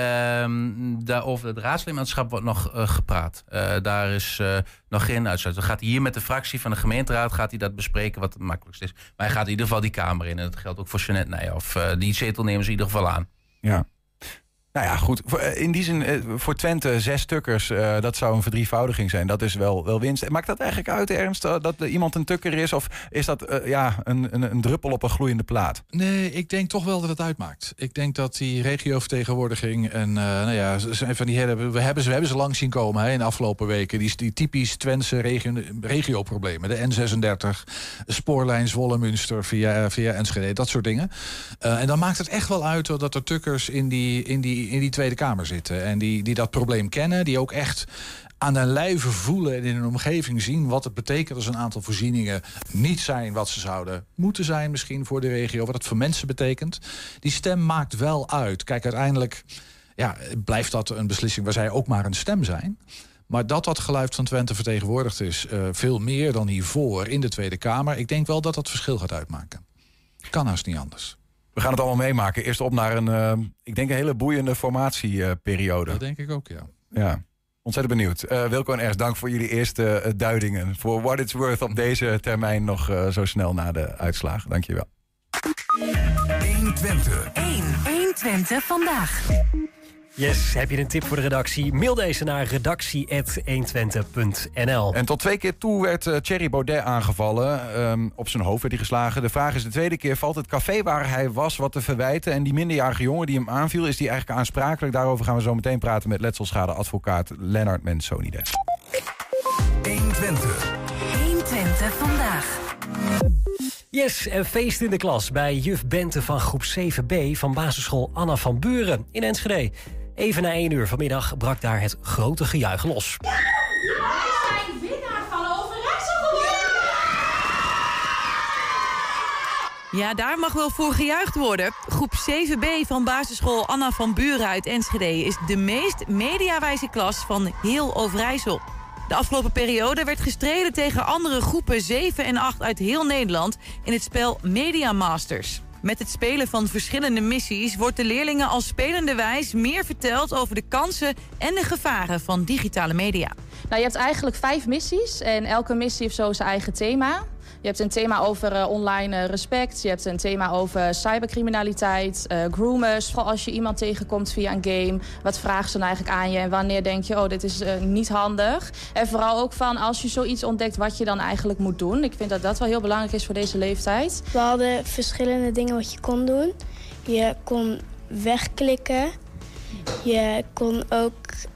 Over het raadslidmaatschap wordt nog gepraat. Daar is nog geen uitsluiting. Dan gaat hij hier met de fractie van de gemeenteraad dat bespreken wat het makkelijkst is. Maar hij gaat in ieder geval die Kamer in. En dat geldt ook voor Jeannette Nijhoff. Die zetel nemen ze in ieder geval aan. Ja. Nou ja, goed. In die zin, voor Twente 6 tukkers, dat zou een verdrievoudiging zijn. Dat is wel winst. Maakt dat eigenlijk uit, Ernst, dat iemand een tukker is? Of is dat een druppel op een gloeiende plaat? Nee, ik denk toch wel dat het uitmaakt. Ik denk dat die regiovertegenwoordiging en zijn van we hebben ze lang zien komen in de afgelopen weken. Die typisch Twentse regioproblemen. De N36, de spoorlijn Zwolle-Münster via Enschede, dat soort dingen. En dan maakt het echt wel uit dat er tukkers in die Tweede Kamer zitten. En die dat probleem kennen. Die ook echt aan de lijve voelen en in hun omgeving zien wat het betekent als een aantal voorzieningen niet zijn wat ze zouden moeten zijn misschien voor de regio. Wat het voor mensen betekent. Die stem maakt wel uit. Kijk, uiteindelijk blijft dat een beslissing waar zij ook maar een stem zijn. Maar dat geluid van Twente vertegenwoordigd is veel meer dan hiervoor in de Tweede Kamer. Ik denk wel dat dat verschil gaat uitmaken. Kan haast niet anders. We gaan het allemaal meemaken. Eerst op naar een hele boeiende formatieperiode. Dat denk ik ook, ja. Ontzettend benieuwd. Wilco en Ernst, dank voor jullie eerste duidingen. Voor what it's worth op deze termijn nog zo snel na de uitslagen. Dank je wel. 120 vandaag. Yes, heb je een tip voor de redactie? Mail deze naar redactie@120.nl. En tot 2 keer toe werd Thierry Baudet aangevallen. Op zijn hoofd werd hij geslagen. De vraag is, de tweede keer valt het café waar hij was wat te verwijten. En die minderjarige jongen die hem aanviel, is die eigenlijk aansprakelijk? Daarover gaan we zo meteen praten met letselschadeadvocaat Lennart Mensonides. 120 vandaag. Yes, een feest in de klas bij juf Bente van groep 7B van basisschool Anna van Buren in Enschede. Even na 1 uur vanmiddag brak daar het grote gejuich los. Wij zijn winnaar van Overijssel geworden! Ja, daar mag wel voor gejuicht worden. Groep 7B van basisschool Anna van Buren uit Enschede is de meest mediawijze klas van heel Overijssel. De afgelopen periode werd gestreden tegen andere groepen 7 en 8 uit heel Nederland in het spel Media Masters. Met het spelen van verschillende missies wordt de leerlingen als spelende wijs meer verteld over de kansen en de gevaren van digitale media. Nou, je hebt eigenlijk 5 missies en elke missie heeft zo zijn eigen thema. Je hebt een thema over online respect. Je hebt een thema over cybercriminaliteit, groomers. Vooral als je iemand tegenkomt via een game. Wat vragen ze dan eigenlijk aan je? En wanneer denk je, dit is niet handig? En vooral ook van als je zoiets ontdekt, wat je dan eigenlijk moet doen. Ik vind dat dat wel heel belangrijk is voor deze leeftijd. We hadden verschillende dingen wat je kon doen. Je kon wegklikken. Je kon ook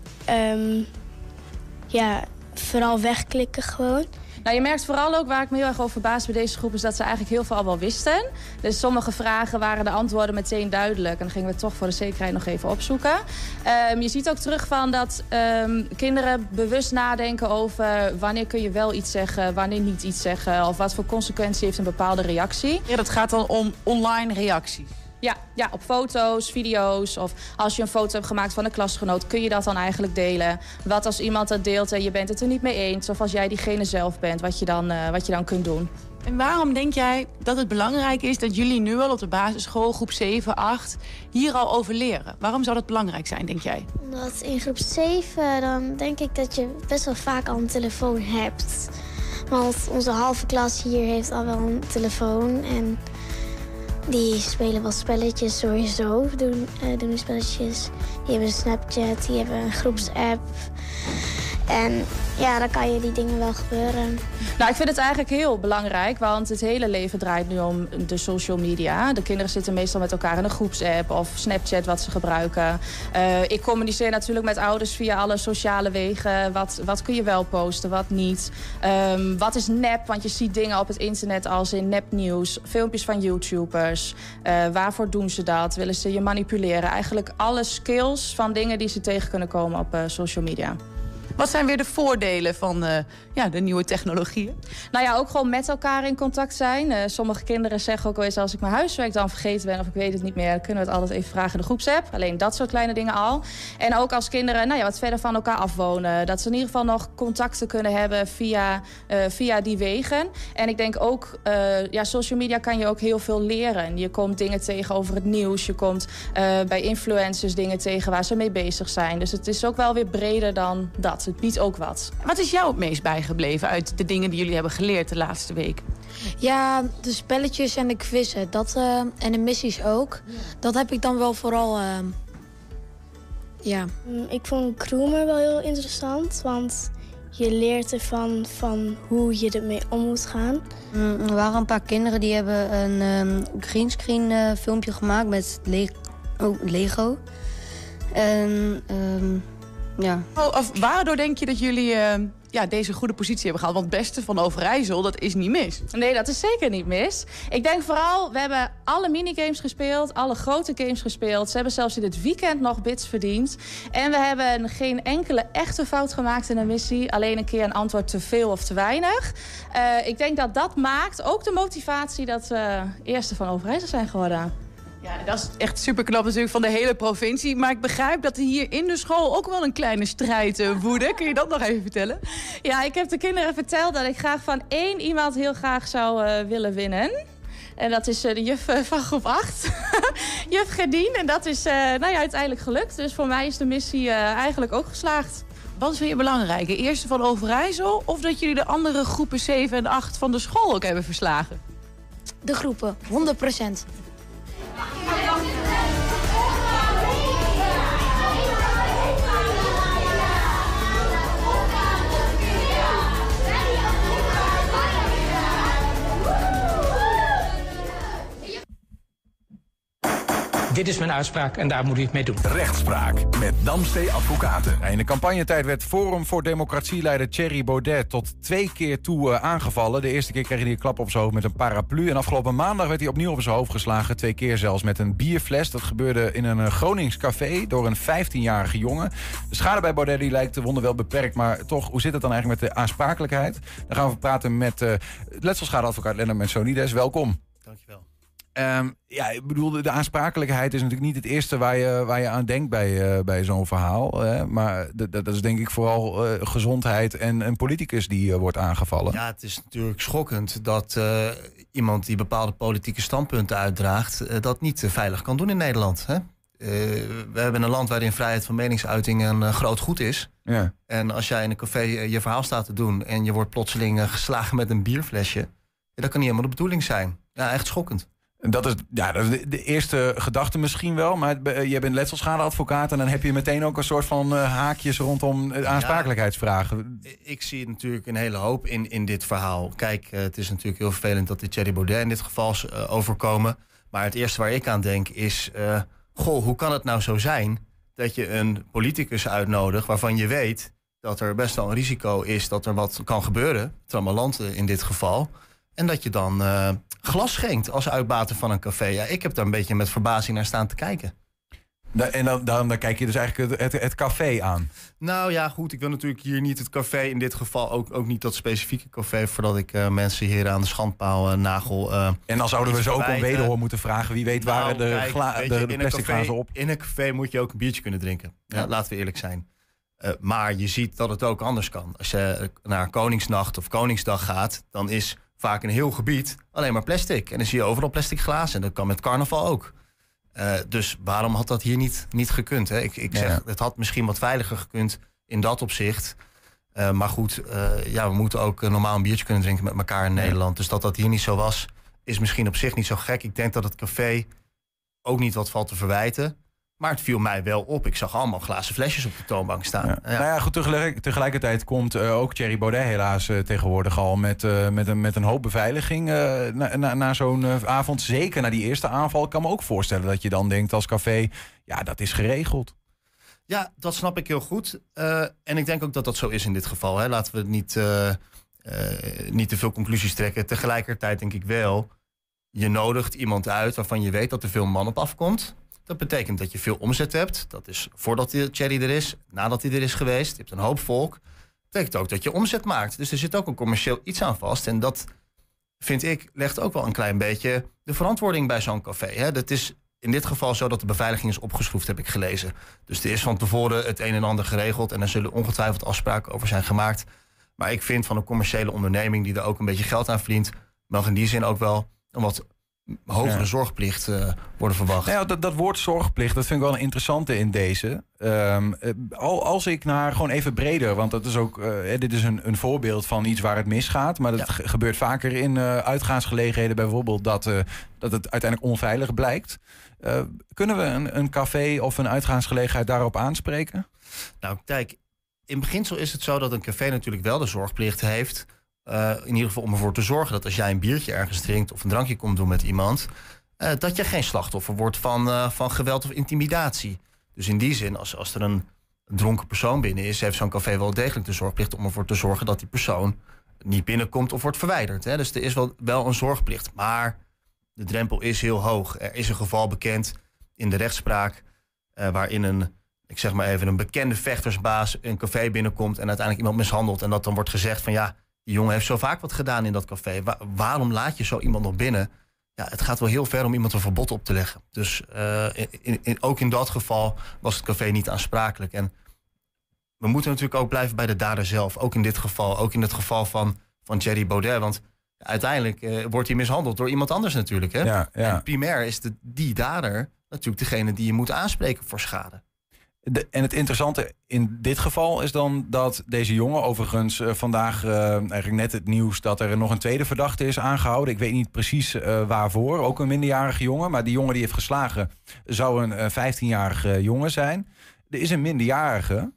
vooral wegklikken gewoon. Nou, je merkt vooral ook, waar ik me heel erg over verbaas bij deze groep, is dat ze eigenlijk heel veel al wel wisten. Dus sommige vragen waren de antwoorden meteen duidelijk. En dan gingen we toch voor de zekerheid nog even opzoeken. Je ziet ook terug van dat kinderen bewust nadenken over wanneer kun je wel iets zeggen, wanneer niet iets zeggen. Of wat voor consequentie heeft een bepaalde reactie. Ja, dat gaat dan om online reacties. Ja, op foto's, video's of als je een foto hebt gemaakt van een klasgenoot, kun je dat dan eigenlijk delen? Wat als iemand dat deelt en je bent het er niet mee eens? Of als jij diegene zelf bent, wat je dan kunt doen? En waarom denk jij dat het belangrijk is dat jullie nu al op de basisschool, groep 7, 8, hier al over leren? Waarom zou dat belangrijk zijn, denk jij? Omdat in groep 7, dan denk ik dat je best wel vaak al een telefoon hebt. Want onze halve klas hier heeft al wel een telefoon en die spelen wat spelletjes sowieso, doen die spelletjes. Die hebben een Snapchat, die hebben een groepsapp. En ja, dan kan je die dingen wel gebeuren. Nou, ik vind het eigenlijk heel belangrijk, want het hele leven draait nu om de social media. De kinderen zitten meestal met elkaar in een groepsapp of Snapchat wat ze gebruiken. Ik communiceer natuurlijk met ouders via alle sociale wegen. Wat kun je wel posten, wat niet. Wat is nep, want je ziet dingen op het internet als in nepnieuws. Filmpjes van YouTubers. Waarvoor doen ze dat? Willen ze je manipuleren? Eigenlijk alle skills van dingen die ze tegen kunnen komen op social media. Wat zijn weer de voordelen van de nieuwe technologieën? Nou ja, ook gewoon met elkaar in contact zijn. Sommige kinderen zeggen ook wel eens, als ik mijn huiswerk dan vergeten ben of ik weet het niet meer, dan kunnen we het altijd even vragen in de groepsapp. Alleen dat soort kleine dingen al. En ook als kinderen wat verder van elkaar afwonen. Dat ze in ieder geval nog contacten kunnen hebben via die wegen. En ik denk ook, social media kan je ook heel veel leren. Je komt dingen tegen over het nieuws. Je komt bij influencers dingen tegen waar ze mee bezig zijn. Dus het is ook wel weer breder dan dat. Het biedt ook wat. Wat is jou het meest bijgebleven uit de dingen die jullie hebben geleerd de laatste week? Ja, de spelletjes en de quizzen. En de missies ook. Dat heb ik dan wel vooral... Ik vond Groomer wel heel interessant. Want je leert ervan van hoe je ermee om moet gaan. Er waren een paar kinderen die hebben een greenscreen filmpje gemaakt met Lego. En... Waardoor denk je dat jullie deze goede positie hebben gehaald? Want het beste van Overijssel, dat is niet mis. Nee, dat is zeker niet mis. Ik denk vooral, we hebben alle minigames gespeeld, alle grote games gespeeld. Ze hebben zelfs in het weekend nog bits verdiend. En we hebben geen enkele echte fout gemaakt in een missie. Alleen een keer een antwoord te veel of te weinig. Ik denk dat dat maakt ook de motivatie dat we eerste van Overijssel zijn geworden. Ja, dat is echt superknap natuurlijk van de hele provincie. Maar ik begrijp dat er hier in de school ook wel een kleine strijd woedde. Kun je dat nog even vertellen? Ja, ik heb de kinderen verteld dat ik graag van 1 iemand heel graag zou willen winnen. En dat is de juf van groep 8. Juf Gerdien. En dat is uiteindelijk gelukt. Dus voor mij is de missie eigenlijk ook geslaagd. Wat vind je belangrijker? Eerste van Overijssel of dat jullie de andere groepen 7 en 8 van de school ook hebben verslagen? De groepen, 100%. Dit is mijn uitspraak en daar moet u het mee doen. Rechtspraak met Damstee Advocaten. In de campagnetijd werd Forum voor Democratie-leider Thierry Baudet tot 2 keer toe aangevallen. De eerste keer kreeg hij een klap op zijn hoofd met een paraplu. En afgelopen maandag werd hij opnieuw op zijn hoofd geslagen. 2 keer zelfs met een bierfles. Dat gebeurde in een Gronings café door een 15-jarige jongen. De schade bij Baudet die lijkt de wonden wel beperkt. Maar toch, hoe zit het dan eigenlijk met de aansprakelijkheid? Daar gaan we praten met letselschadeadvocaat Lennart Mensonides. Welkom. Dankjewel. Ja, ik bedoel, de aansprakelijkheid is natuurlijk niet het eerste waar je aan denkt bij zo'n verhaal. Maar dat is denk ik vooral gezondheid en een politicus die wordt aangevallen. Ja, het is natuurlijk schokkend dat iemand die bepaalde politieke standpunten uitdraagt... dat niet veilig kan doen in Nederland. Hè? We hebben een land waarin vrijheid van meningsuiting een groot goed is. Ja. En als jij in een café je verhaal staat te doen... en je wordt plotseling geslagen met een bierflesje... dat kan niet helemaal de bedoeling zijn. Ja, echt schokkend. Dat is de eerste gedachte misschien wel. Maar je bent letselschadeadvocaat... en dan heb je meteen ook een soort van haakjes rondom aansprakelijkheidsvragen. Ik zie natuurlijk een hele hoop in dit verhaal. Kijk, het is natuurlijk heel vervelend dat die Thierry Baudet in dit geval overkomen. Maar het eerste waar ik aan denk is... hoe kan het nou zo zijn dat je een politicus uitnodigt... waarvan je weet dat er best wel een risico is dat er wat kan gebeuren... trammelanten in dit geval... en dat je dan glas schenkt als uitbater van een café. Ja, ik heb daar een beetje met verbazing naar staan te kijken. En dan kijk je dus eigenlijk het café aan? Nou ja, goed, ik wil natuurlijk hier niet het café... in dit geval ook niet dat specifieke café... voordat ik mensen hier aan de schandpaal nagel. En dan zouden we ze ook om wederhoor moeten vragen... wie weet waren de plastic glazen op? In een café moet je ook een biertje kunnen drinken. Ja, laten we eerlijk zijn. Maar je ziet dat het ook anders kan. Als je naar Koningsnacht of Koningsdag gaat... dan is vaak een heel gebied alleen maar plastic. En dan zie je overal plastic glazen. En dat kan met carnaval ook. Dus waarom had dat hier niet gekund? Hè? Ik zeg, het had misschien wat veiliger gekund in dat opzicht. Maar goed, we moeten ook normaal een biertje kunnen drinken met elkaar in Nederland. Dus dat hier niet zo was, is misschien op zich niet zo gek. Ik denk dat het café ook niet wat valt te verwijten. Maar het viel mij wel op. Ik zag allemaal glazen flesjes op de toonbank staan. Ja. Nou ja, goed, tegelijkertijd komt ook Thierry Baudet helaas tegenwoordig al met een hoop beveiliging na zo'n avond. Zeker na die eerste aanval. Ik kan me ook voorstellen dat je dan denkt als café, ja, dat is geregeld. Ja, dat snap ik heel goed. En ik denk ook dat dat zo is in dit geval. Hè. Laten we niet te veel conclusies trekken. Tegelijkertijd denk ik wel, je nodigt iemand uit waarvan je weet dat er veel man op afkomt. Dat betekent dat je veel omzet hebt. Dat is voordat Thierry er is, nadat hij er is geweest. Je hebt een hoop volk. Dat betekent ook dat je omzet maakt. Dus er zit ook een commercieel iets aan vast. En dat, vind ik, legt ook wel een klein beetje de verantwoording bij zo'n café. Hè? Dat is in dit geval zo dat de beveiliging is opgeschroefd, heb ik gelezen. Dus er is van tevoren het een en ander geregeld. En er zullen ongetwijfeld afspraken over zijn gemaakt. Maar ik vind van een commerciële onderneming die er ook een beetje geld aan verdient, mag in die zin ook wel een wat hogere zorgplicht worden verwacht. Nou ja, dat woord zorgplicht, dat vind ik wel een interessante in deze. Als ik naar gewoon even breder, want dat is ook, dit is een voorbeeld van iets waar het misgaat. Maar dat gebeurt vaker in uitgaansgelegenheden bijvoorbeeld, dat het uiteindelijk onveilig blijkt. Kunnen we een café of een uitgaansgelegenheid daarop aanspreken? Nou, kijk, in beginsel is het zo dat een café natuurlijk wel de zorgplicht heeft. In ieder geval om ervoor te zorgen dat als jij een biertje ergens drinkt of een drankje komt doen met iemand, dat je geen slachtoffer wordt van geweld of intimidatie. Dus in die zin, als er een dronken persoon binnen is, heeft zo'n café wel degelijk de zorgplicht om ervoor te zorgen dat die persoon niet binnenkomt of wordt verwijderd. Hè? Dus er is wel een zorgplicht. Maar de drempel is heel hoog. Er is een geval bekend in de rechtspraak waarin een bekende vechtersbaas een café binnenkomt en uiteindelijk iemand mishandelt. En dat dan wordt gezegd van ja, die jongen heeft zo vaak wat gedaan in dat café. Waarom laat je zo iemand nog binnen? Ja, het gaat wel heel ver om iemand een verbod op te leggen. Dus ook in dat geval was het café niet aansprakelijk. En we moeten natuurlijk ook blijven bij de dader zelf. Ook in dit geval. Ook in het geval van Thierry Baudet. Want uiteindelijk wordt hij mishandeld door iemand anders natuurlijk. Hè? Ja. En primair is die dader natuurlijk degene die je moet aanspreken voor schade. En het interessante in dit geval is dan dat deze jongen, overigens vandaag eigenlijk net het nieuws dat er nog een tweede verdachte is aangehouden. Ik weet niet precies waarvoor, ook een minderjarige jongen. Maar die jongen die heeft geslagen zou een 15-jarige jongen zijn. Er is een minderjarige.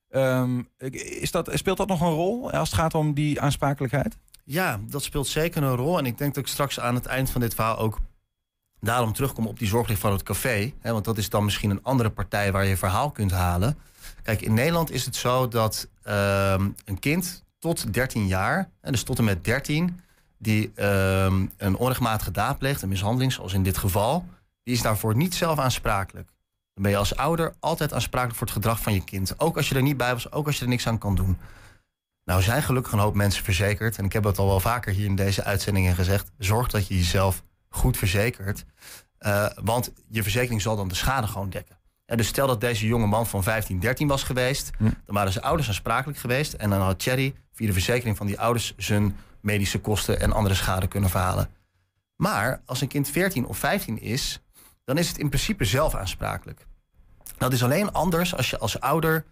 Speelt dat nog een rol als het gaat om die aansprakelijkheid? Ja, dat speelt zeker een rol. En ik denk dat ik straks aan het eind van dit verhaal ook daarom terugkom op die zorgplicht van het café. Hè, want dat is dan misschien een andere partij waar je verhaal kunt halen. Kijk, in Nederland is het zo dat een kind tot 13 jaar, dus tot en met 13... die een onrechtmatige daad pleegt, een mishandeling, zoals in dit geval, die is daarvoor niet zelf aansprakelijk. Dan ben je als ouder altijd aansprakelijk voor het gedrag van je kind. Ook als je er niet bij was, ook als je er niks aan kan doen. Nou zijn gelukkig een hoop mensen verzekerd. En ik heb het al wel vaker hier in deze uitzendingen gezegd. Zorg dat je jezelf goed verzekerd. Want je verzekering zal dan de schade gewoon dekken. Dus stel dat deze jonge man van 15, 13 was geweest. Dan waren zijn ouders aansprakelijk geweest. En dan had Thierry via de verzekering van die ouders zijn medische kosten en andere schade kunnen verhalen. Maar als een kind 14 of 15 is, dan is het in principe zelf aansprakelijk. Dat is alleen anders als je als ouder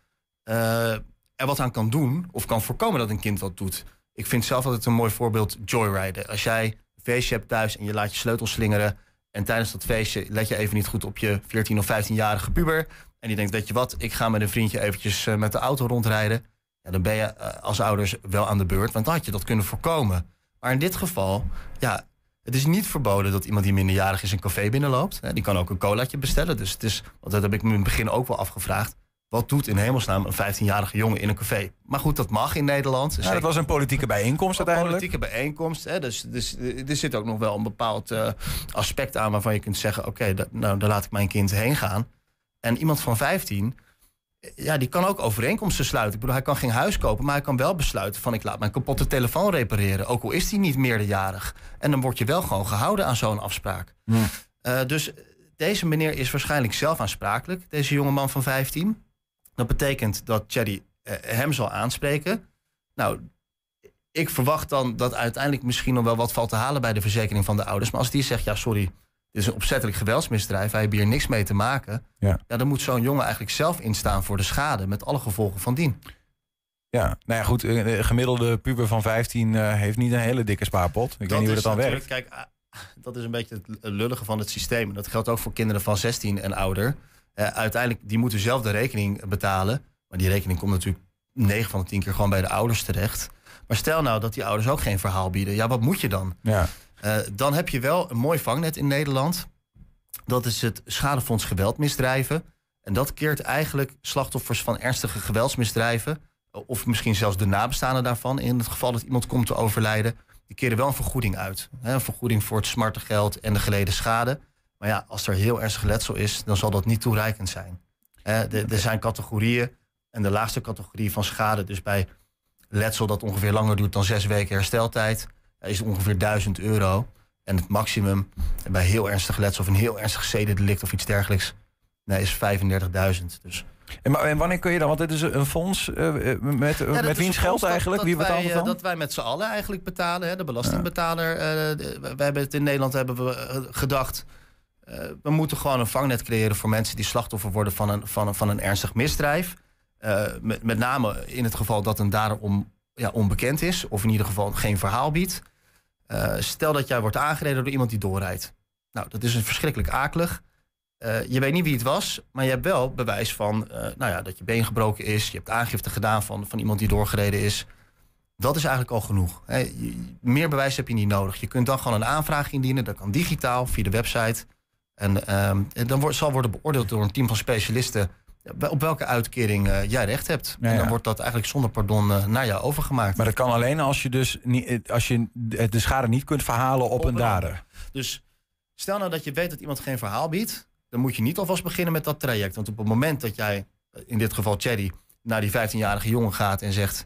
er wat aan kan doen of kan voorkomen dat een kind wat doet. Ik vind zelf altijd een mooi voorbeeld joyriden. Als jij een feestje hebt thuis en je laat je sleutels slingeren en tijdens dat feestje let je even niet goed op je 14 of 15-jarige puber en die denkt, weet je wat, ik ga met een vriendje eventjes met de auto rondrijden. Ja, dan ben je als ouders wel aan de beurt, want dan had je dat kunnen voorkomen. Maar in dit geval, ja, het is niet verboden dat iemand die minderjarig is een café binnenloopt. Die kan ook een colaatje bestellen. Dus het is, want dat heb ik me in het begin ook wel afgevraagd. Wat doet in hemelsnaam een 15-jarige jongen in een café? Maar goed, dat mag in Nederland. Ja, dat was een politieke bijeenkomst uiteindelijk. Een politieke bijeenkomst. Dus er zit ook nog wel een bepaald aspect aan waarvan je kunt zeggen, oké, nou, daar laat ik mijn kind heen gaan. En iemand van 15, ja, die kan ook overeenkomsten sluiten. Ik bedoel, hij kan geen huis kopen, maar hij kan wel besluiten van, ik laat mijn kapotte telefoon repareren. Ook al is hij niet meerderjarig. En dan word je wel gewoon gehouden aan zo'n afspraak. Dus deze meneer is waarschijnlijk zelf aansprakelijk, deze jonge man van 15. Dat betekent dat Thierry hem zal aanspreken. Nou, ik verwacht dan dat uiteindelijk misschien nog wel wat valt te halen bij de verzekering van de ouders. Maar als die zegt, ja sorry, dit is een opzettelijk geweldsmisdrijf, wij hebben hier niks mee te maken. Ja, dan moet zo'n jongen eigenlijk zelf instaan voor de schade met alle gevolgen van dien. Ja, nou ja, goed, een gemiddelde puber van 15 heeft niet een hele dikke spaarpot. Ik weet niet hoe dat dan werkt. Kijk, dat is een beetje het lullige van het systeem. Dat geldt ook voor kinderen van 16 en ouder. Uiteindelijk, die moeten zelf de rekening betalen. Maar die rekening komt natuurlijk 9 van de 10 keer gewoon bij de ouders terecht. Maar stel nou dat die ouders ook geen verhaal bieden. Ja, wat moet je dan? Ja. Dan heb je wel een mooi vangnet in Nederland. Dat is het Schadefonds Geweldmisdrijven. En dat keert eigenlijk slachtoffers van ernstige geweldsmisdrijven, of misschien zelfs de nabestaanden daarvan, in het geval dat iemand komt te overlijden, die keren wel een vergoeding uit. Een vergoeding voor het smartengeld en de geleden schade. Maar ja, als er heel ernstig letsel is, dan zal dat niet toereikend zijn. Er zijn categorieën. En de laagste categorie van schade, dus bij letsel dat ongeveer langer duurt dan 6 weken hersteltijd, is ongeveer €1000. En het maximum bij heel ernstig letsel of een heel ernstig zedendelict of iets dergelijks, is 35.000. Dus. En wanneer kun je dan? Want dit is een fonds met wiens geld eigenlijk? Wie betaalt het dan? Dat wij met z'n allen eigenlijk betalen. De belastingbetaler. Wij hebben het in Nederland gedacht, we moeten gewoon een vangnet creëren voor mensen die slachtoffer worden van een ernstig misdrijf. Met name in het geval dat een dader onbekend is, of in ieder geval geen verhaal biedt. Stel dat jij wordt aangereden door iemand die doorrijdt. Nou, dat is verschrikkelijk akelig. Je weet niet wie het was, maar je hebt wel bewijs van dat je been gebroken is. Je hebt aangifte gedaan van iemand die doorgereden is. Dat is eigenlijk al genoeg. Meer bewijs heb je niet nodig. Je kunt dan gewoon een aanvraag indienen. Dat kan digitaal, via de website. En dan zal worden beoordeeld door een team van specialisten op welke uitkering jij recht hebt. Ja, en dan wordt dat eigenlijk zonder pardon naar jou overgemaakt. Maar dat kan alleen als je dus als je de schade niet kunt verhalen op een dader. Dus stel nou dat je weet dat iemand geen verhaal biedt, dan moet je niet alvast beginnen met dat traject. Want op het moment dat jij, in dit geval Thierry, naar die 15-jarige jongen gaat en zegt,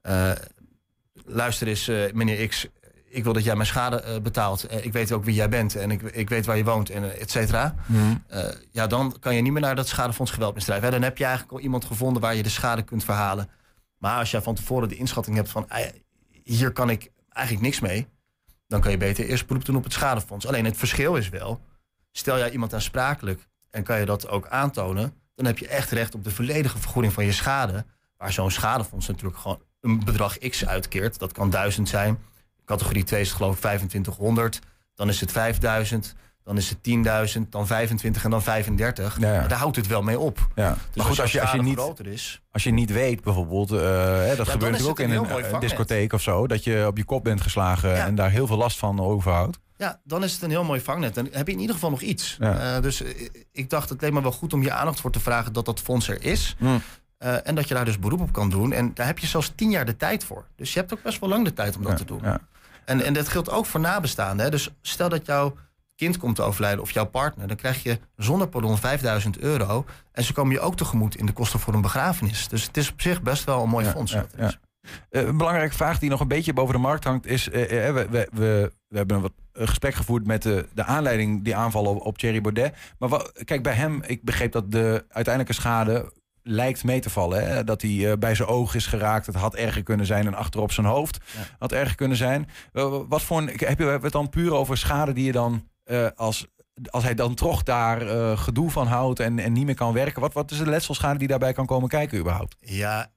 luister eens meneer X, ik wil dat jij mijn schade betaalt. Ik weet ook wie jij bent en ik weet waar je woont en et cetera. Dan kan je niet meer naar dat Schadefonds Geweldmisdrijf. Dan heb je eigenlijk al iemand gevonden waar je de schade kunt verhalen. Maar als jij van tevoren de inschatting hebt van, hier kan ik eigenlijk niks mee, dan kan je beter eerst beroep doen op het schadefonds. Alleen het verschil is wel, stel jij iemand aansprakelijk en kan je dat ook aantonen, dan heb je echt recht op de volledige vergoeding van je schade, waar zo'n schadefonds natuurlijk gewoon een bedrag X uitkeert. Dat kan 1000 zijn. Categorie 2 is het geloof ik 2500. Dan is het 5000. Dan is het 10.000. Dan 25 en dan 35. Ja. Daar houdt het wel mee op. Ja. Dus maar goed, als je niet weet bijvoorbeeld, dat gebeurt natuurlijk ook in een discotheek of zo, dat je op je kop bent geslagen en daar heel veel last van overhoudt. Ja, dan is het een heel mooi vangnet. Dan heb je in ieder geval nog iets. Ja. Dus ik dacht, het leek me wel goed om je aandacht voor te vragen dat fonds er is. En dat je daar dus beroep op kan doen. En daar heb je zelfs 10 jaar de tijd voor. Dus je hebt ook best wel lang de tijd om dat te doen. Ja. En dat geldt ook voor nabestaanden. Dus stel dat jouw kind komt te overlijden of jouw partner, dan krijg je zonder pardon €5000. En ze komen je ook tegemoet in de kosten voor een begrafenis. Dus het is op zich best wel een mooi fonds. Een belangrijke vraag die nog een beetje boven de markt hangt is, we hebben een wat gesprek gevoerd met de aanleiding, die aanvallen op Thierry Baudet. Maar kijk, bij hem, ik begreep dat de uiteindelijke schade lijkt mee te vallen. Hè? Dat hij bij zijn oog is geraakt. Het had erger kunnen zijn en achterop zijn hoofd had erger kunnen zijn. Heb je het dan puur over schade die je dan als hij dan toch daar gedoe van houdt en niet meer kan werken? Wat is de letselschade die daarbij kan komen kijken überhaupt? Ja,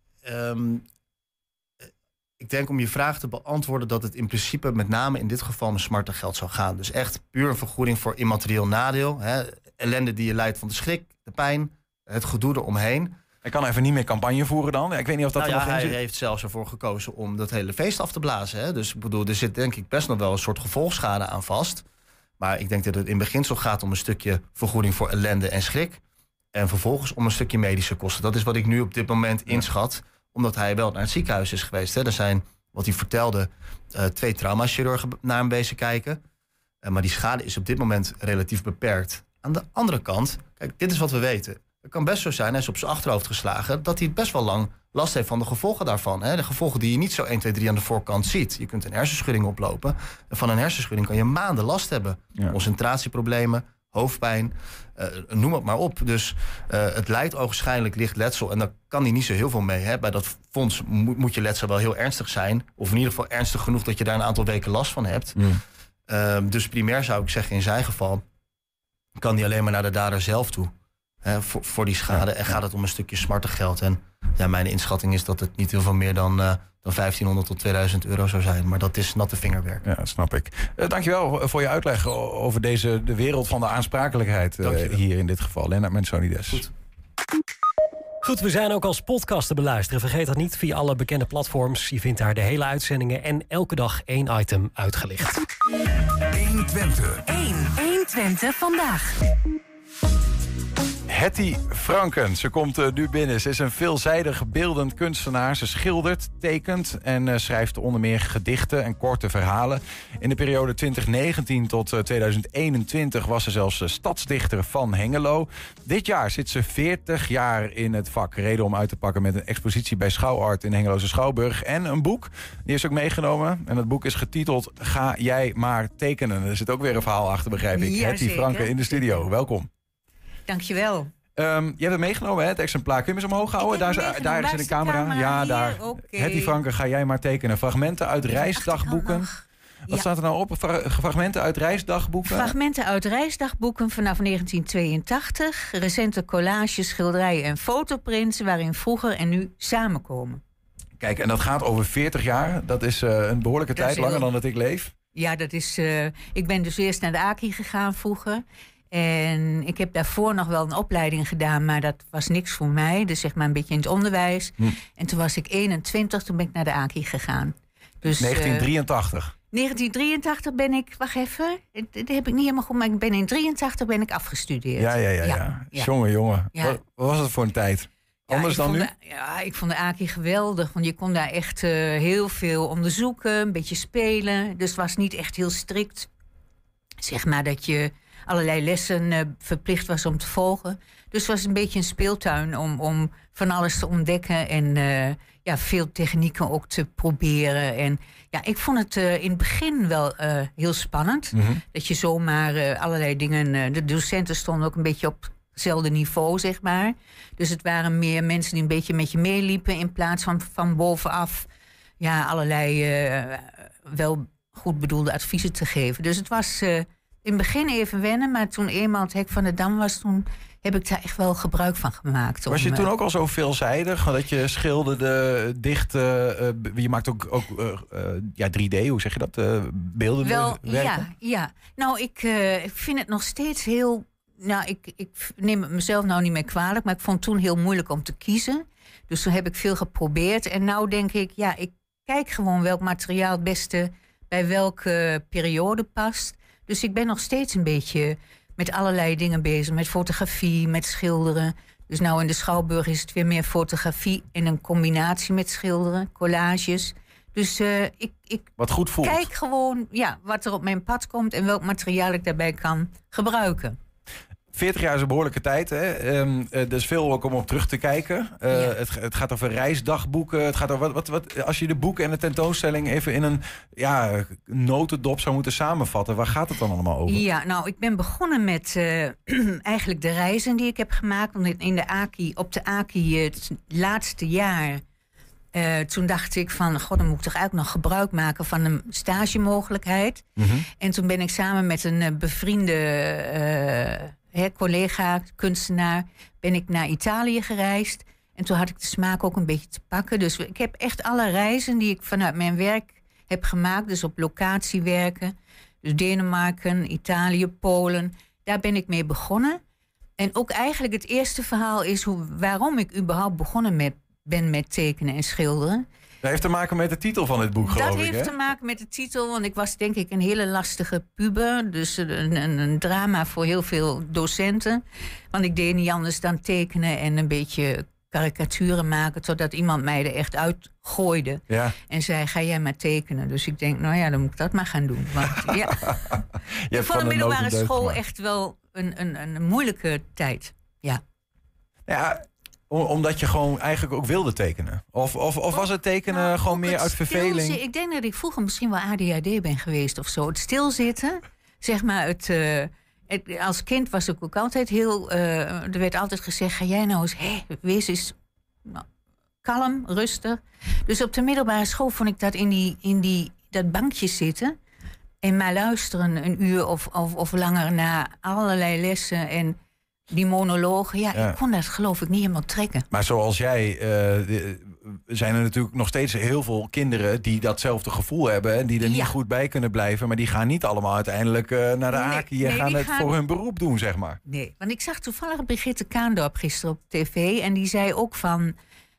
ik denk om je vraag te beantwoorden dat het in principe met name in dit geval om smartengeld zou gaan. Dus echt puur een vergoeding voor immaterieel nadeel. Hè? Ellende die je lijdt van de schrik, de pijn, het gedoe eromheen. Hij kan even niet meer campagne voeren dan? Ik weet niet of dat hij heeft zelfs ervoor gekozen om dat hele feest af te blazen. Hè? Dus ik bedoel, er zit denk ik best nog wel een soort gevolgschade aan vast. Maar ik denk dat het in beginsel gaat om een stukje vergoeding voor ellende en schrik. En vervolgens om een stukje medische kosten. Dat is wat ik nu op dit moment inschat. Omdat hij wel naar het ziekenhuis is geweest. Hè. Er zijn, wat hij vertelde, 2 traumachirurgen naar hem bezig kijken. Maar die schade is op dit moment relatief beperkt. Aan de andere kant, kijk, dit is wat we weten. Het kan best zo zijn, hij is op zijn achterhoofd geslagen, dat hij best wel lang last heeft van de gevolgen daarvan. Hè? De gevolgen die je niet zo 1, 2, 3 aan de voorkant ziet. Je kunt een hersenschudding oplopen. En van een hersenschudding kan je maanden last hebben. Ja. Concentratieproblemen, hoofdpijn, noem het maar op. Dus het lijdt ogenschijnlijk licht letsel. En daar kan hij niet zo heel veel mee. Hè? Bij dat fonds moet je letsel wel heel ernstig zijn. Of in ieder geval ernstig genoeg dat je daar een aantal weken last van hebt. Dus primair zou ik zeggen, in zijn geval kan hij alleen maar naar de dader zelf toe. Voor die schade. En gaat het om een stukje smartengeld. En mijn inschatting is dat het niet heel veel meer dan 1500 tot 2000 euro zou zijn. Maar dat is natte vingerwerk. Ja, dat snap ik. Dankjewel voor je uitleg over de wereld van de aansprakelijkheid hier in dit geval. Lennart Mensonides. Goed, we zijn ook als podcast te beluisteren. Vergeet dat niet via alle bekende platforms. Je vindt daar de hele uitzendingen en elke dag 1 item uitgelicht. 120. 120 vandaag. Hetty Franken, ze komt nu binnen. Ze is een veelzijdig beeldend kunstenaar. Ze schildert, tekent en schrijft onder meer gedichten en korte verhalen. In de periode 2019 tot 2021 was ze zelfs stadsdichter van Hengelo. Dit jaar zit ze 40 jaar in het vak. Reden om uit te pakken met een expositie bij Schouwart in Hengeloze Schouwburg. En een boek, die is ook meegenomen. En het boek is getiteld Ga jij maar tekenen. Er zit ook weer een verhaal achter, begrijp ik. Ja, Hetty Franken in de studio, welkom. Dankjewel. Je hebt het meegenomen, hè? Het exemplaar. Kun je hem eens omhoog houden? Daar is de camera. Ja, daar. Okay. Hetty Franken, ga jij maar tekenen. Fragmenten uit reisdagboeken. Wat staat er nou op? Fragmenten uit reisdagboeken? Fragmenten uit reisdagboeken vanaf 1982. Recente collages, schilderijen en fotoprints waarin vroeger en nu samenkomen. Kijk, en dat gaat over 40 jaar. Dat is een behoorlijke tijd, langer dan dat ik leef. Ja, dat is. Ik ben dus eerst naar de AKI gegaan vroeger. En ik heb daarvoor nog wel een opleiding gedaan, maar dat was niks voor mij. Dus zeg maar een beetje in het onderwijs. En toen was ik 21, toen ben ik naar de AKI gegaan. Dus, 1983? 1983 ben ik, wacht even, dat heb ik niet helemaal goed, maar ik ben in 83 ben ik afgestudeerd. Ja. Jongen. Ja. Wat was het voor een tijd? Anders dan nu? Ik vond de AKI geweldig, want je kon daar echt heel veel onderzoeken, een beetje spelen. Dus het was niet echt heel strikt. Zeg maar dat je allerlei lessen verplicht was om te volgen. Dus het was een beetje een speeltuin om van alles te ontdekken en veel technieken ook te proberen. En ja, ik vond het in het begin wel heel spannend. Dat je zomaar allerlei dingen. De docenten stonden ook een beetje op hetzelfde niveau, zeg maar. Dus het waren meer mensen die een beetje met je meeliepen in plaats van bovenaf allerlei wel goed bedoelde adviezen te geven. Dus het was in het begin even wennen, maar toen eenmaal het Hek van de Dam was, toen heb ik daar echt wel gebruik van gemaakt. Was je toen ook al zo veelzijdig? Dat je schilderde, dichtte, je maakt ook 3D, hoe zeg je dat? Beelden wel, werken? Ja. Nou, ik vind het nog steeds heel. Nou, ik neem het mezelf nou niet meer kwalijk, maar ik vond het toen heel moeilijk om te kiezen. Dus toen heb ik veel geprobeerd. En nou denk ik, ik kijk gewoon welk materiaal het beste bij welke periode past. Dus ik ben nog steeds een beetje met allerlei dingen bezig. Met fotografie, met schilderen. Dus nou in de Schouwburg is het weer meer fotografie in een combinatie met schilderen, collages. Dus ik wat goed voelt. Kijk gewoon wat er op mijn pad komt en welk materiaal ik daarbij kan gebruiken. 40 jaar is een behoorlijke tijd. Hè? Er is veel ook om op terug te kijken. Het gaat over reisdagboeken. Het gaat over wat, als je de boeken en de tentoonstelling even in een notendop zou moeten samenvatten. Waar gaat het dan allemaal over? Ja, nou, ik ben begonnen met eigenlijk de reizen die ik heb gemaakt. Want op de AKI het laatste jaar... toen dacht ik van, dan moet ik toch eigenlijk nog gebruik maken van een stagemogelijkheid. Mm-hmm. En toen ben ik samen met een bevriende collega, kunstenaar, ben ik naar Italië gereisd. En toen had ik de smaak ook een beetje te pakken. Dus ik heb echt alle reizen die ik vanuit mijn werk heb gemaakt, dus op locatie werken. Dus Denemarken, Italië, Polen, daar ben ik mee begonnen. En ook eigenlijk het eerste verhaal is waarom ik überhaupt begonnen ben met tekenen en schilderen. Dat heeft te maken met de titel van dit boek, geloof ik. Dat heeft te maken met de titel, want ik was denk ik een hele lastige puber. Dus een drama voor heel veel docenten. Want ik deed niet anders dan tekenen en een beetje karikaturen maken, totdat iemand mij er echt uitgooide. Ja. En zei, ga jij maar tekenen. Dus ik denk, nou ja, dan moet ik dat maar gaan doen. Want, ja. Ik vond de middelbare school echt wel een moeilijke tijd. Ja. Ja, omdat je gewoon eigenlijk ook wilde tekenen? Of was het tekenen gewoon meer uit verveling? Ik denk dat ik vroeger misschien wel ADHD ben geweest of zo. Het stilzitten, zeg maar, als kind was ik ook altijd heel... er werd altijd gezegd, ga jij nou eens... wees eens kalm, rustig. Dus op de middelbare school vond ik dat in dat bankje zitten... en maar luisteren een uur of langer naar allerlei lessen... en die monologen, ik kon dat geloof ik niet helemaal trekken. Maar zoals jij, zijn er natuurlijk nog steeds heel veel kinderen... die datzelfde gevoel hebben en die er niet goed bij kunnen blijven... maar die gaan niet allemaal uiteindelijk naar de AKI... en gaan het voor hun beroep doen, zeg maar. Nee, want ik zag toevallig Brigitte Kaandorp gisteren op tv... en die zei ook van...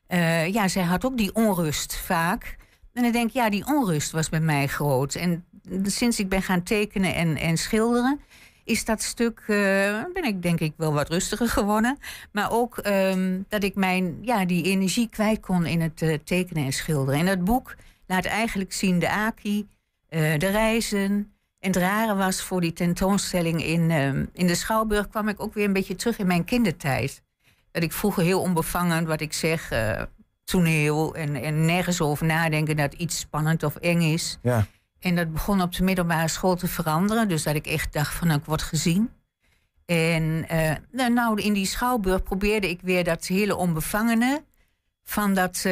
zij had ook die onrust vaak. En dan denk ik, die onrust was bij mij groot. En sinds ik ben gaan tekenen en schilderen... is dat stuk, ben ik denk ik wel wat rustiger geworden. Maar ook dat ik die energie kwijt kon in het tekenen en schilderen. En dat boek laat eigenlijk zien de AKI, de reizen. En het rare was voor die tentoonstelling in de Schouwburg... kwam ik ook weer een beetje terug in mijn kindertijd. Dat ik vroeger heel onbevangen, wat ik zeg, toneel... en nergens over nadenken dat iets spannend of eng is... Ja. En dat begon op de middelbare school te veranderen. Dus dat ik echt dacht van, ik word gezien. En in die Schouwburg probeerde ik weer dat hele onbevangene... van dat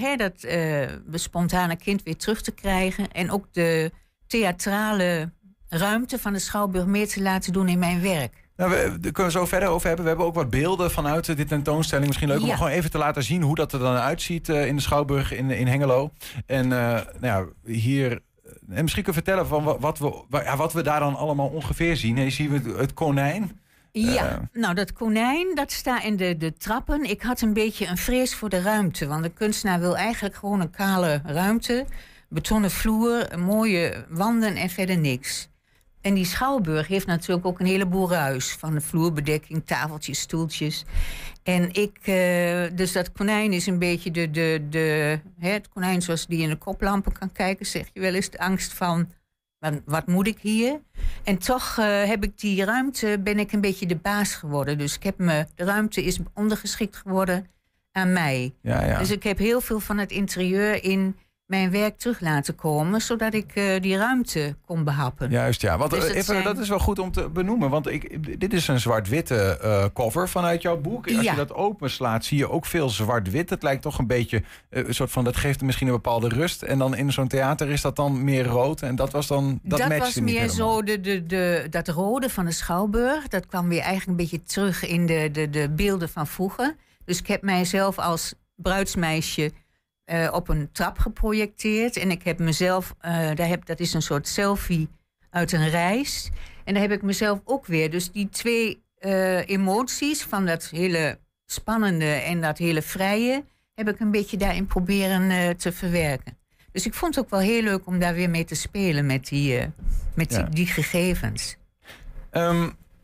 spontane kind weer terug te krijgen. En ook de theatrale ruimte van de Schouwburg meer te laten doen in mijn werk. Nou, daar kunnen we zo verder over hebben. We hebben ook wat beelden vanuit dit tentoonstelling. Misschien leuk om gewoon even te laten zien hoe dat er dan uitziet in de Schouwburg in Hengelo. En hier... En misschien kun je vertellen van wat we daar dan allemaal ongeveer zien. Hier zien we het konijn. Ja, dat konijn, dat staat in de trappen. Ik had een beetje een vrees voor de ruimte. Want de kunstenaar wil eigenlijk gewoon een kale ruimte. Betonnen vloer, mooie wanden en verder niks. En die Schouwburg heeft natuurlijk ook een heleboel ruis. Van de vloerbedekking, tafeltjes, stoeltjes. En dus dat konijn is een beetje het konijn zoals die in de koplampen kan kijken. Zeg je wel eens de angst van, wat moet ik hier? En toch heb ik die ruimte, ben ik een beetje de baas geworden. Dus de ruimte is ondergeschikt geworden aan mij. Ja. Dus ik heb heel veel van het interieur in mijn werk terug laten komen, zodat ik die ruimte kon behappen. Juist, ja. Want dus dat is wel goed om te benoemen. Want dit is een zwart-witte cover vanuit jouw boek. Als je dat openslaat, zie je ook veel zwart-wit. Het lijkt toch een beetje een soort van, dat geeft misschien een bepaalde rust. En dan in zo'n theater is dat dan meer rood. En dat was dan, dat was meer helemaal. Zo dat rode van de Schouwburg. Dat kwam weer eigenlijk een beetje terug in de beelden van vroeger. Dus ik heb mijzelf als bruidsmeisje op een trap geprojecteerd. En ik heb mezelf, dat is een soort selfie uit een reis. En daar heb ik mezelf ook weer. Dus die twee emoties van dat hele spannende en dat hele vrije heb ik een beetje daarin proberen te verwerken. Dus ik vond het ook wel heel leuk om daar weer mee te spelen met die gegevens.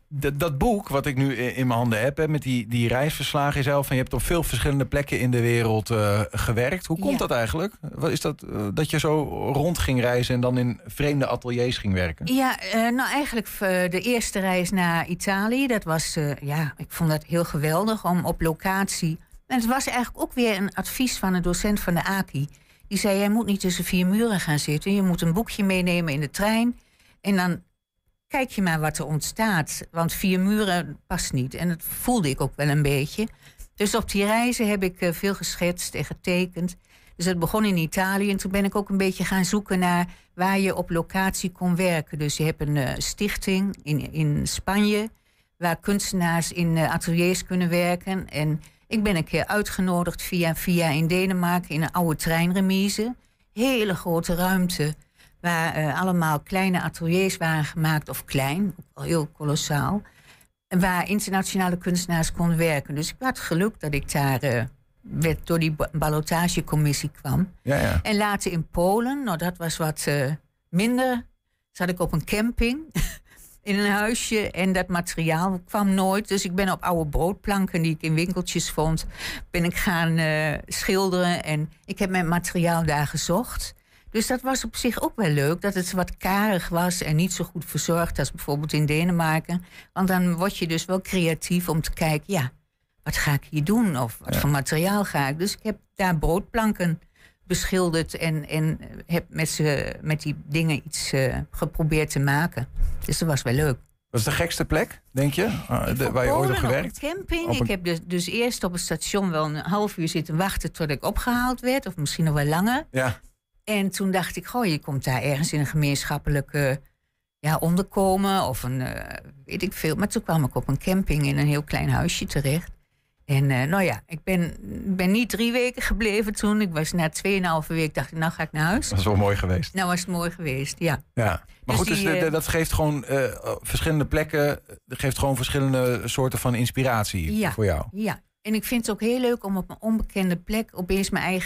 Dat boek wat ik nu in mijn handen heb, met die reisverslagen zelf, en je hebt op veel verschillende plekken in de wereld gewerkt. Hoe komt dat eigenlijk? Wat is dat je zo rond ging reizen en dan in vreemde ateliers ging werken? Ja, nou eigenlijk de eerste reis naar Italië, dat was, ik vond dat heel geweldig om op locatie. En het was eigenlijk ook weer een advies van een docent van de AKI. Die zei, jij moet niet tussen 4 muren gaan zitten. Je moet een boekje meenemen in de trein. En dan kijk je maar wat er ontstaat. Want 4 muren past niet. En dat voelde ik ook wel een beetje. Dus op die reizen heb ik veel geschetst en getekend. Dus het begon in Italië. En toen ben ik ook een beetje gaan zoeken naar waar je op locatie kon werken. Dus je hebt een stichting in Spanje, waar kunstenaars in ateliers kunnen werken. En ik ben een keer uitgenodigd via in Denemarken in een oude treinremise. Hele grote ruimte waar allemaal kleine ateliers waren gemaakt. Of klein, ook wel heel kolossaal. Waar internationale kunstenaars konden werken. Dus ik had geluk dat ik daar door die ballotagecommissie kwam. Ja. En later in Polen, nou dat was wat minder. Zat ik op een camping in een huisje en dat materiaal kwam nooit. Dus ik ben op oude broodplanken die ik in winkeltjes vond, ben ik gaan schilderen. En ik heb mijn materiaal daar gezocht. Dus dat was op zich ook wel leuk, dat het wat karig was en niet zo goed verzorgd als bijvoorbeeld in Denemarken. Want dan word je dus wel creatief om te kijken, wat ga ik hier doen? Of wat voor materiaal ga ik? Dus ik heb daar broodplanken beschilderd en heb met die dingen iets geprobeerd te maken. Dus dat was wel leuk. Wat is de gekste plek, denk je, waar je ooit hebt gewerkt? Op een camping. Ik heb dus eerst op het station wel een half uur zitten wachten tot ik opgehaald werd. Of misschien nog wel langer. Ja. En toen dacht ik, je komt daar ergens in een gemeenschappelijke onderkomen. Of weet ik veel. Maar toen kwam ik op een camping in een heel klein huisje terecht. En ik ben niet 3 weken gebleven toen. Ik was na 2,5 week, dacht ik, nou ga ik naar huis. Dat is wel mooi geweest. Nou was het mooi geweest, ja. Maar dus goed, dat geeft gewoon verschillende plekken, geeft gewoon verschillende soorten van inspiratie voor jou. Ja, en ik vind het ook heel leuk om op een onbekende plek opeens mijn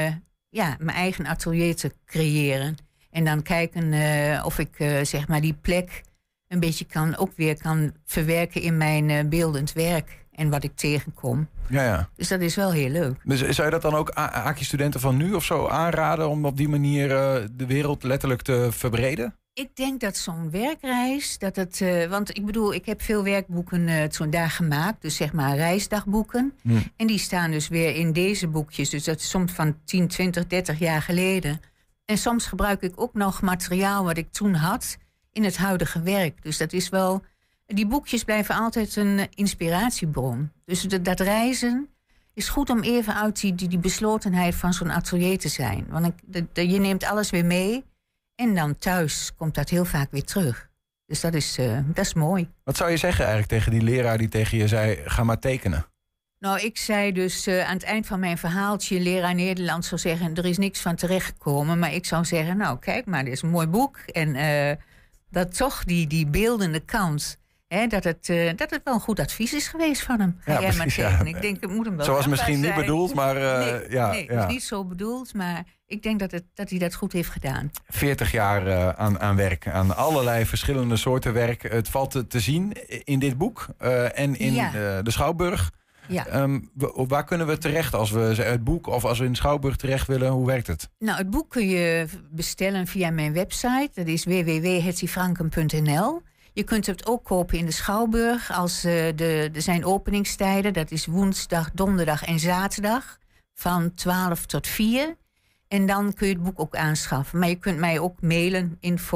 eigen atelier te creëren. En dan kijken of ik zeg maar die plek een beetje kan verwerken in mijn beeldend werk. En wat ik tegenkom. Ja. Dus dat is wel heel leuk. Dus zou je dat dan ook AKI-studenten van nu of zo aanraden om op die manier de wereld letterlijk te verbreden? Ik denk dat zo'n werkreis, want ik bedoel, ik heb veel werkboeken toen daar gemaakt. Dus zeg maar reisdagboeken. En die staan dus weer in deze boekjes. Dus dat is soms van 10, 20, 30 jaar geleden. En soms gebruik ik ook nog materiaal wat ik toen had in het huidige werk. Dus dat is wel. Die boekjes blijven altijd een inspiratiebron. Dus dat reizen is goed om even uit die beslotenheid van zo'n atelier te zijn. Want je neemt alles weer mee en dan thuis komt dat heel vaak weer terug. Dus dat is mooi. Wat zou je zeggen eigenlijk tegen die leraar die tegen je zei, ga maar tekenen? Nou, ik zei dus aan het eind van mijn verhaaltje, leraar Nederlands zou zeggen, er is niks van terechtgekomen. Maar ik zou zeggen, nou kijk maar, dit is een mooi boek. En dat toch die beeldende kant. Dat het wel een goed advies is geweest van hem. Ja, jij maar tekenen. Ik denk, het moet hem wel. Zoals misschien niet bedoeld, maar nee, het is niet zo bedoeld, maar ik denk dat hij dat goed heeft gedaan. 40 jaar aan werk, aan allerlei verschillende soorten werk. Het valt te zien in dit boek en in de Schouwburg. Ja. Waar kunnen we terecht als we het boek of als we in de Schouwburg terecht willen? Hoe werkt het? Nou, het boek kun je bestellen via mijn website. Dat is www.hettyfranken.nl. Je kunt het ook kopen in de Schouwburg. Er zijn openingstijden. Dat is woensdag, donderdag en zaterdag. Van 12 tot 4. En dan kun je het boek ook aanschaffen. Maar je kunt mij ook mailen.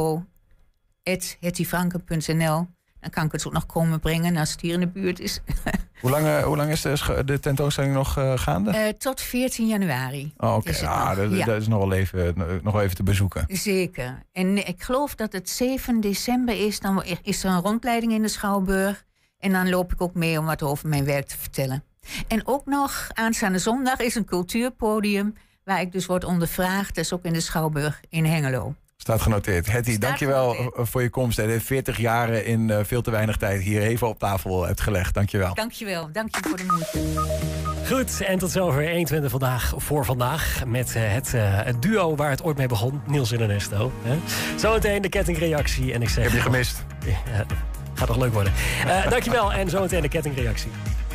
info@hettyfranken.nl. Dan kan ik het ook nog komen brengen als het hier in de buurt is. Hoe lang is de tentoonstelling nog gaande? Tot 14 januari. Oh, oké. Dat is nog wel even te bezoeken. Zeker. En ik geloof dat het 7 december is. Dan is er een rondleiding in de Schouwburg. En dan loop ik ook mee om wat over mijn werk te vertellen. En ook nog aanstaande zondag is een cultuurpodium waar ik dus word ondervraagd. Dat is ook in de Schouwburg in Hengelo. Staat genoteerd. Hetty, dankjewel voor je komst. En 40 jaren in veel te weinig tijd hier even op tafel hebt gelegd. Dankjewel. Dankjewel. Dank je voor de moeite. Goed, en tot zover 120 vandaag voor vandaag. Met het duo waar het ooit mee begon. Niels en Ernesto. Zometeen de kettingreactie. En ik zeg... Heb je gemist? Gaat nog leuk worden. Dankjewel en zometeen de kettingreactie.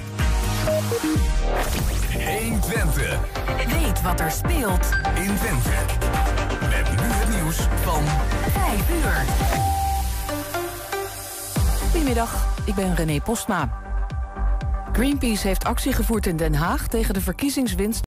120. Weet wat er speelt in Twente. Met nu het nieuws van 5 uur. Goedemiddag, ik ben René Postma. Greenpeace heeft actie gevoerd in Den Haag tegen de verkiezingswinst